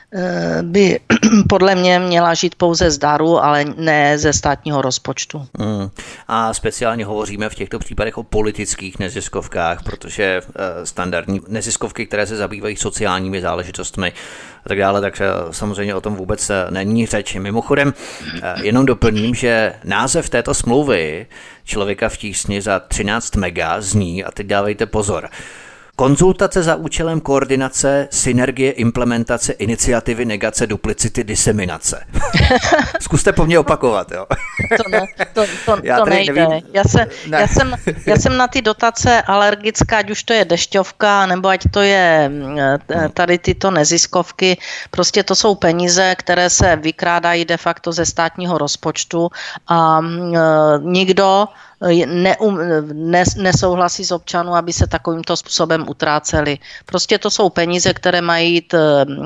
by podle mě měla žít pouze z daru, ale ne ze státního rozpočtu. Hmm. A speciálně hovoříme v těchto případech o politických neziskovkách, protože standardní neziskovky, které se zabývají sociálními záležitostmi a tak dále, tak samozřejmě o tom vůbec není řeč. Mimochodem, jenom doplním, že název této smlouvy Člověka v tísni za třináct mega zní, a teď dávejte pozor, konzultace za účelem koordinace, synergie, implementace, iniciativy, negace, duplicity, diseminace. Zkuste po mně opakovat, jo. To, ne, to, to, to nejde. Nevím. Já, se, ne. já, jsem, já jsem na ty dotace alergická, ať už to je dešťovka, nebo ať to je tady tyto neziskovky. Prostě to jsou peníze, které se vykrádají de facto ze státního rozpočtu a e, nikdo Neum, nes, nesouhlasí s občanů, aby se takovýmto způsobem utráceli. Prostě to jsou peníze, které mají jít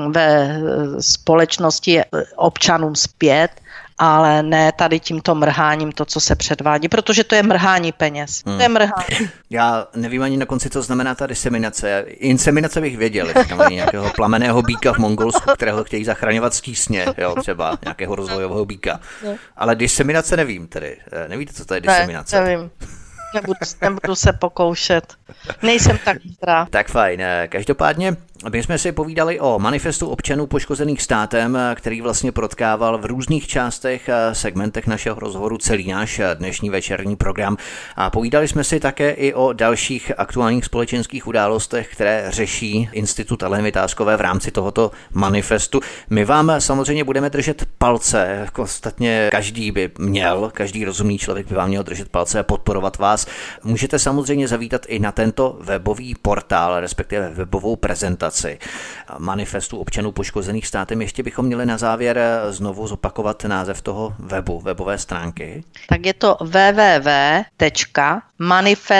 ve společnosti občanům zpět, ale ne tady tímto mrháním to, co se předvádí, protože to je mrhání peněz. Hmm. To je mrhání. Já nevím ani na konci, co znamená ta diseminace. Inseminace bych věděl, že tam nějakého plamenného býka v Mongolsku, kterého chtějí zachraňovat z tísně, jo, třeba nějakého rozvojového býka. Ale diseminace nevím tedy. Nevíte, co to je diseminace? Ne, nevím. Nebudu, nebudu se pokoušet. Nejsem tak chytrá. Tak fajn. Každopádně my jsme si povídali o manifestu občanů poškozených státem, který vlastně protkával v různých částech, segmentech našeho rozhovoru celý náš dnešní večerní program. A povídali jsme si také i o dalších aktuálních společenských událostech, které řeší Institut Aleny Vitáskové v rámci tohoto manifestu. My vám samozřejmě budeme držet palce, jako ostatně každý by měl, každý rozumný člověk by vám měl držet palce a podporovat vás. Můžete samozřejmě zavítat i na tento webový portál, respektive webovou prezentaci manifestu občanů poškozených státem. Ještě bychom měli na závěr znovu zopakovat název toho webu, webové stránky. Tak je to w w w tečka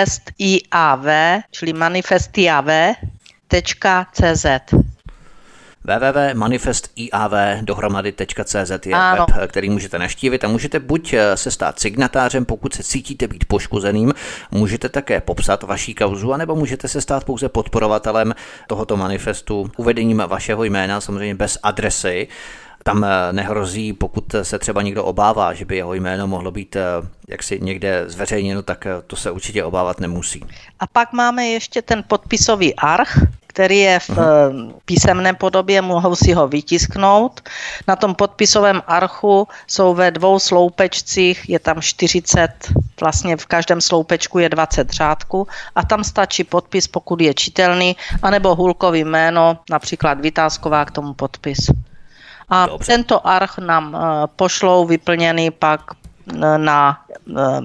manifestiav, čili manifestiav tečka c z. w w w tečka manifest i a v dohromady tečka c z je ano. web, který můžete navštívit a můžete buď se stát signatářem, pokud se cítíte být poškozeným, můžete také popsat vaší kauzu, anebo můžete se stát pouze podporovatelem tohoto manifestu uvedením vašeho jména, samozřejmě bez adresy. Tam nehrozí, pokud se třeba někdo obává, že by jeho jméno mohlo být jaksi někde zveřejněno, tak to se určitě obávat nemusí. A pak máme ještě ten podpisový arch, který je v uh-huh. písemné podobě, mohou si ho vytisknout. Na tom podpisovém archu jsou ve dvou sloupečcích, je tam čtyřicet, vlastně v každém sloupečku je dvacet řádků a tam stačí podpis, pokud je čitelný, anebo hulkový jméno, například Vytázková k tomu podpis. A Dobře. Tento arch nám uh, pošlou vyplněný pak na uh,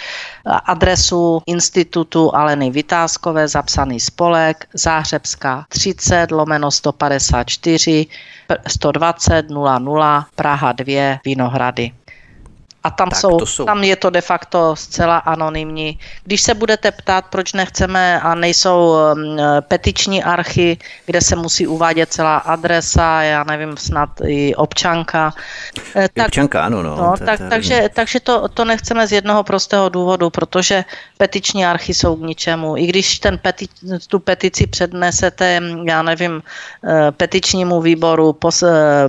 adresu Institutu Aleny Vytázkové, zapsaný spolek, Záhřebská třicet lomeno sto padesát čtyři sto dvacet nula nula Praha dva Vinohrady. A tam, jsou, jsou. tam je to de facto zcela anonymní. Když se budete ptát, proč nechceme a nejsou um, petiční archy, kde se musí uvádět celá adresa, já nevím, snad i občanka. I tak, občanka, ano. No, no, to, tak, to takže takže to, to nechceme z jednoho prostého důvodu, protože petiční archy jsou k ničemu. I když ten peti, tu petici přednesete, já nevím, petičnímu výboru, pos,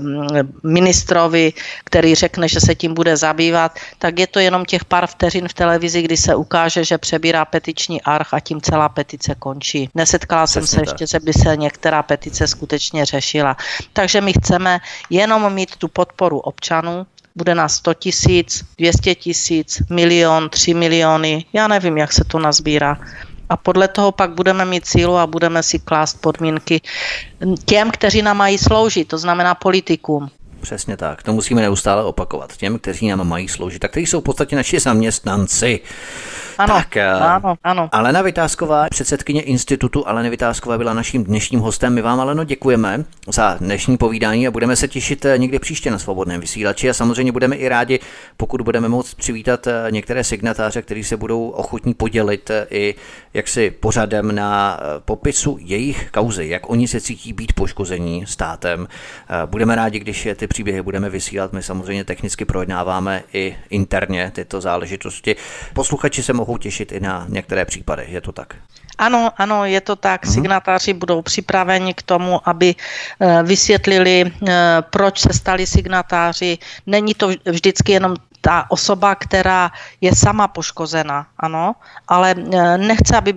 ministrovi, který řekne, že se tím bude zabývat, tak je to jenom těch pár vteřin v televizi, kdy se ukáže, že přebírá petiční arch a tím celá petice končí. Nesetkala jsem se ještě, že by se některá petice skutečně řešila. Takže my chceme jenom mít tu podporu občanů. Bude nás sto tisíc, dvě stě tisíc, milion, tři miliony, já nevím, jak se to nazbírá. A podle toho pak budeme mít sílu a budeme si klást podmínky těm, kteří nám mají sloužit, to znamená politikům. Přesně tak, to musíme neustále opakovat. Těm, kteří nám mají sloužit, tak kteří jsou v podstatě naši zaměstnanci. Ano, tak, ano, ano. Alena Vytázková, předsedkyně Institutu Aleny Vytázkové, byla naším dnešním hostem. My vám, Aleno, děkujeme za dnešní povídání a budeme se těšit někdy příště na Svobodném vysílači a samozřejmě budeme i rádi, pokud budeme moct přivítat některé signatáře, kteří se budou ochotní podělit i jaksi pořadem na popisu jejich kauzy, jak oni se cítí být poškození státem. Budeme rádi, když ty příběhy budeme vysílat. My samozřejmě technicky projednáváme i interně tyto záležitosti. Posluchači se mohou těšit i na některé případy, je to tak? Ano, ano, je to tak. Signatáři budou připraveni k tomu, aby vysvětlili, proč se stali signatáři. Není to vždycky jenom ta osoba, která je sama poškozena, ano, ale nechce, aby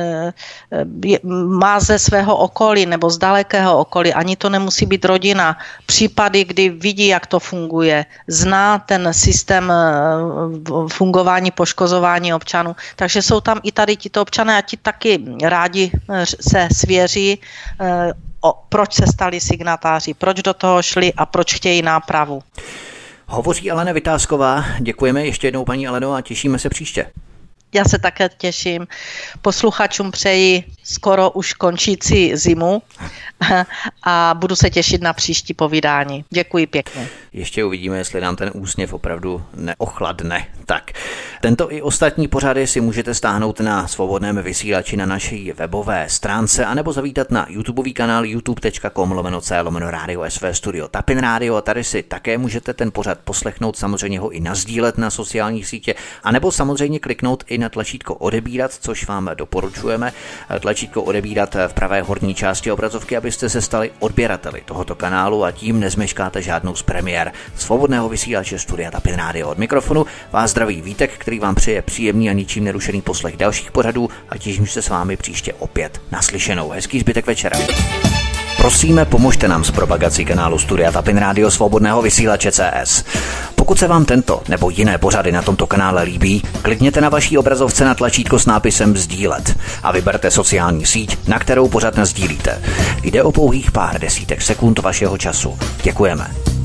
má ze svého okolí nebo z dalekého okolí, ani to nemusí být rodina, případy, kdy vidí, jak to funguje, zná ten systém fungování, poškozování občanů, takže jsou tam i tady tito občané a ti taky rádi se svěří, o, proč se stali signatáři, proč do toho šli a proč chtějí nápravu. Hovoří Alena Vytázková. Děkujeme ještě jednou, paní Aleno, a těšíme se příště. Já se také těším. Posluchačům přeji skoro už končící zimu a budu se těšit na příští povídání. Děkuji pěkně. Ještě uvidíme, jestli nám ten úsměv opravdu neochladne. Tak, tento i ostatní pořady si můžete stáhnout na Svobodném vysílači na naší webové stránce anebo zavítat na YouTubeový kanál youtube tečka com lomeno c lomeno rádio sv studio Tapin Radio a tady si také můžete ten pořad poslechnout, samozřejmě ho i nazdílet na sociálních sítě anebo samozřejmě kliknout i na tlačítko odebírat, což vám doporučujeme. Tlačítko odebírat v pravé horní části obrazovky, abyste se stali odběrateli tohoto kanálu a tím nezmeškáte žádnou z premiér Svobodného vysílače Studia Tapin Radio. Od mikrofonu vás zdraví Vítek, který vám přeje příjemný a ničím nerušený poslech dalších pořadů a těším se s vámi příště opět naslyšenou. Hezký zbytek večera. Prosíme, pomožte nám s propagací kanálu Studia Tapin Radio Svobodného vysílače C S. Pokud se vám tento nebo jiné pořady na tomto kanále líbí, klikněte na vaší obrazovce na tlačítko s nápisem sdílet a vyberte sociální síť, na kterou pořad nasdílíte. Jde o pouhých pár desítek sekund vašeho času. Děkujeme.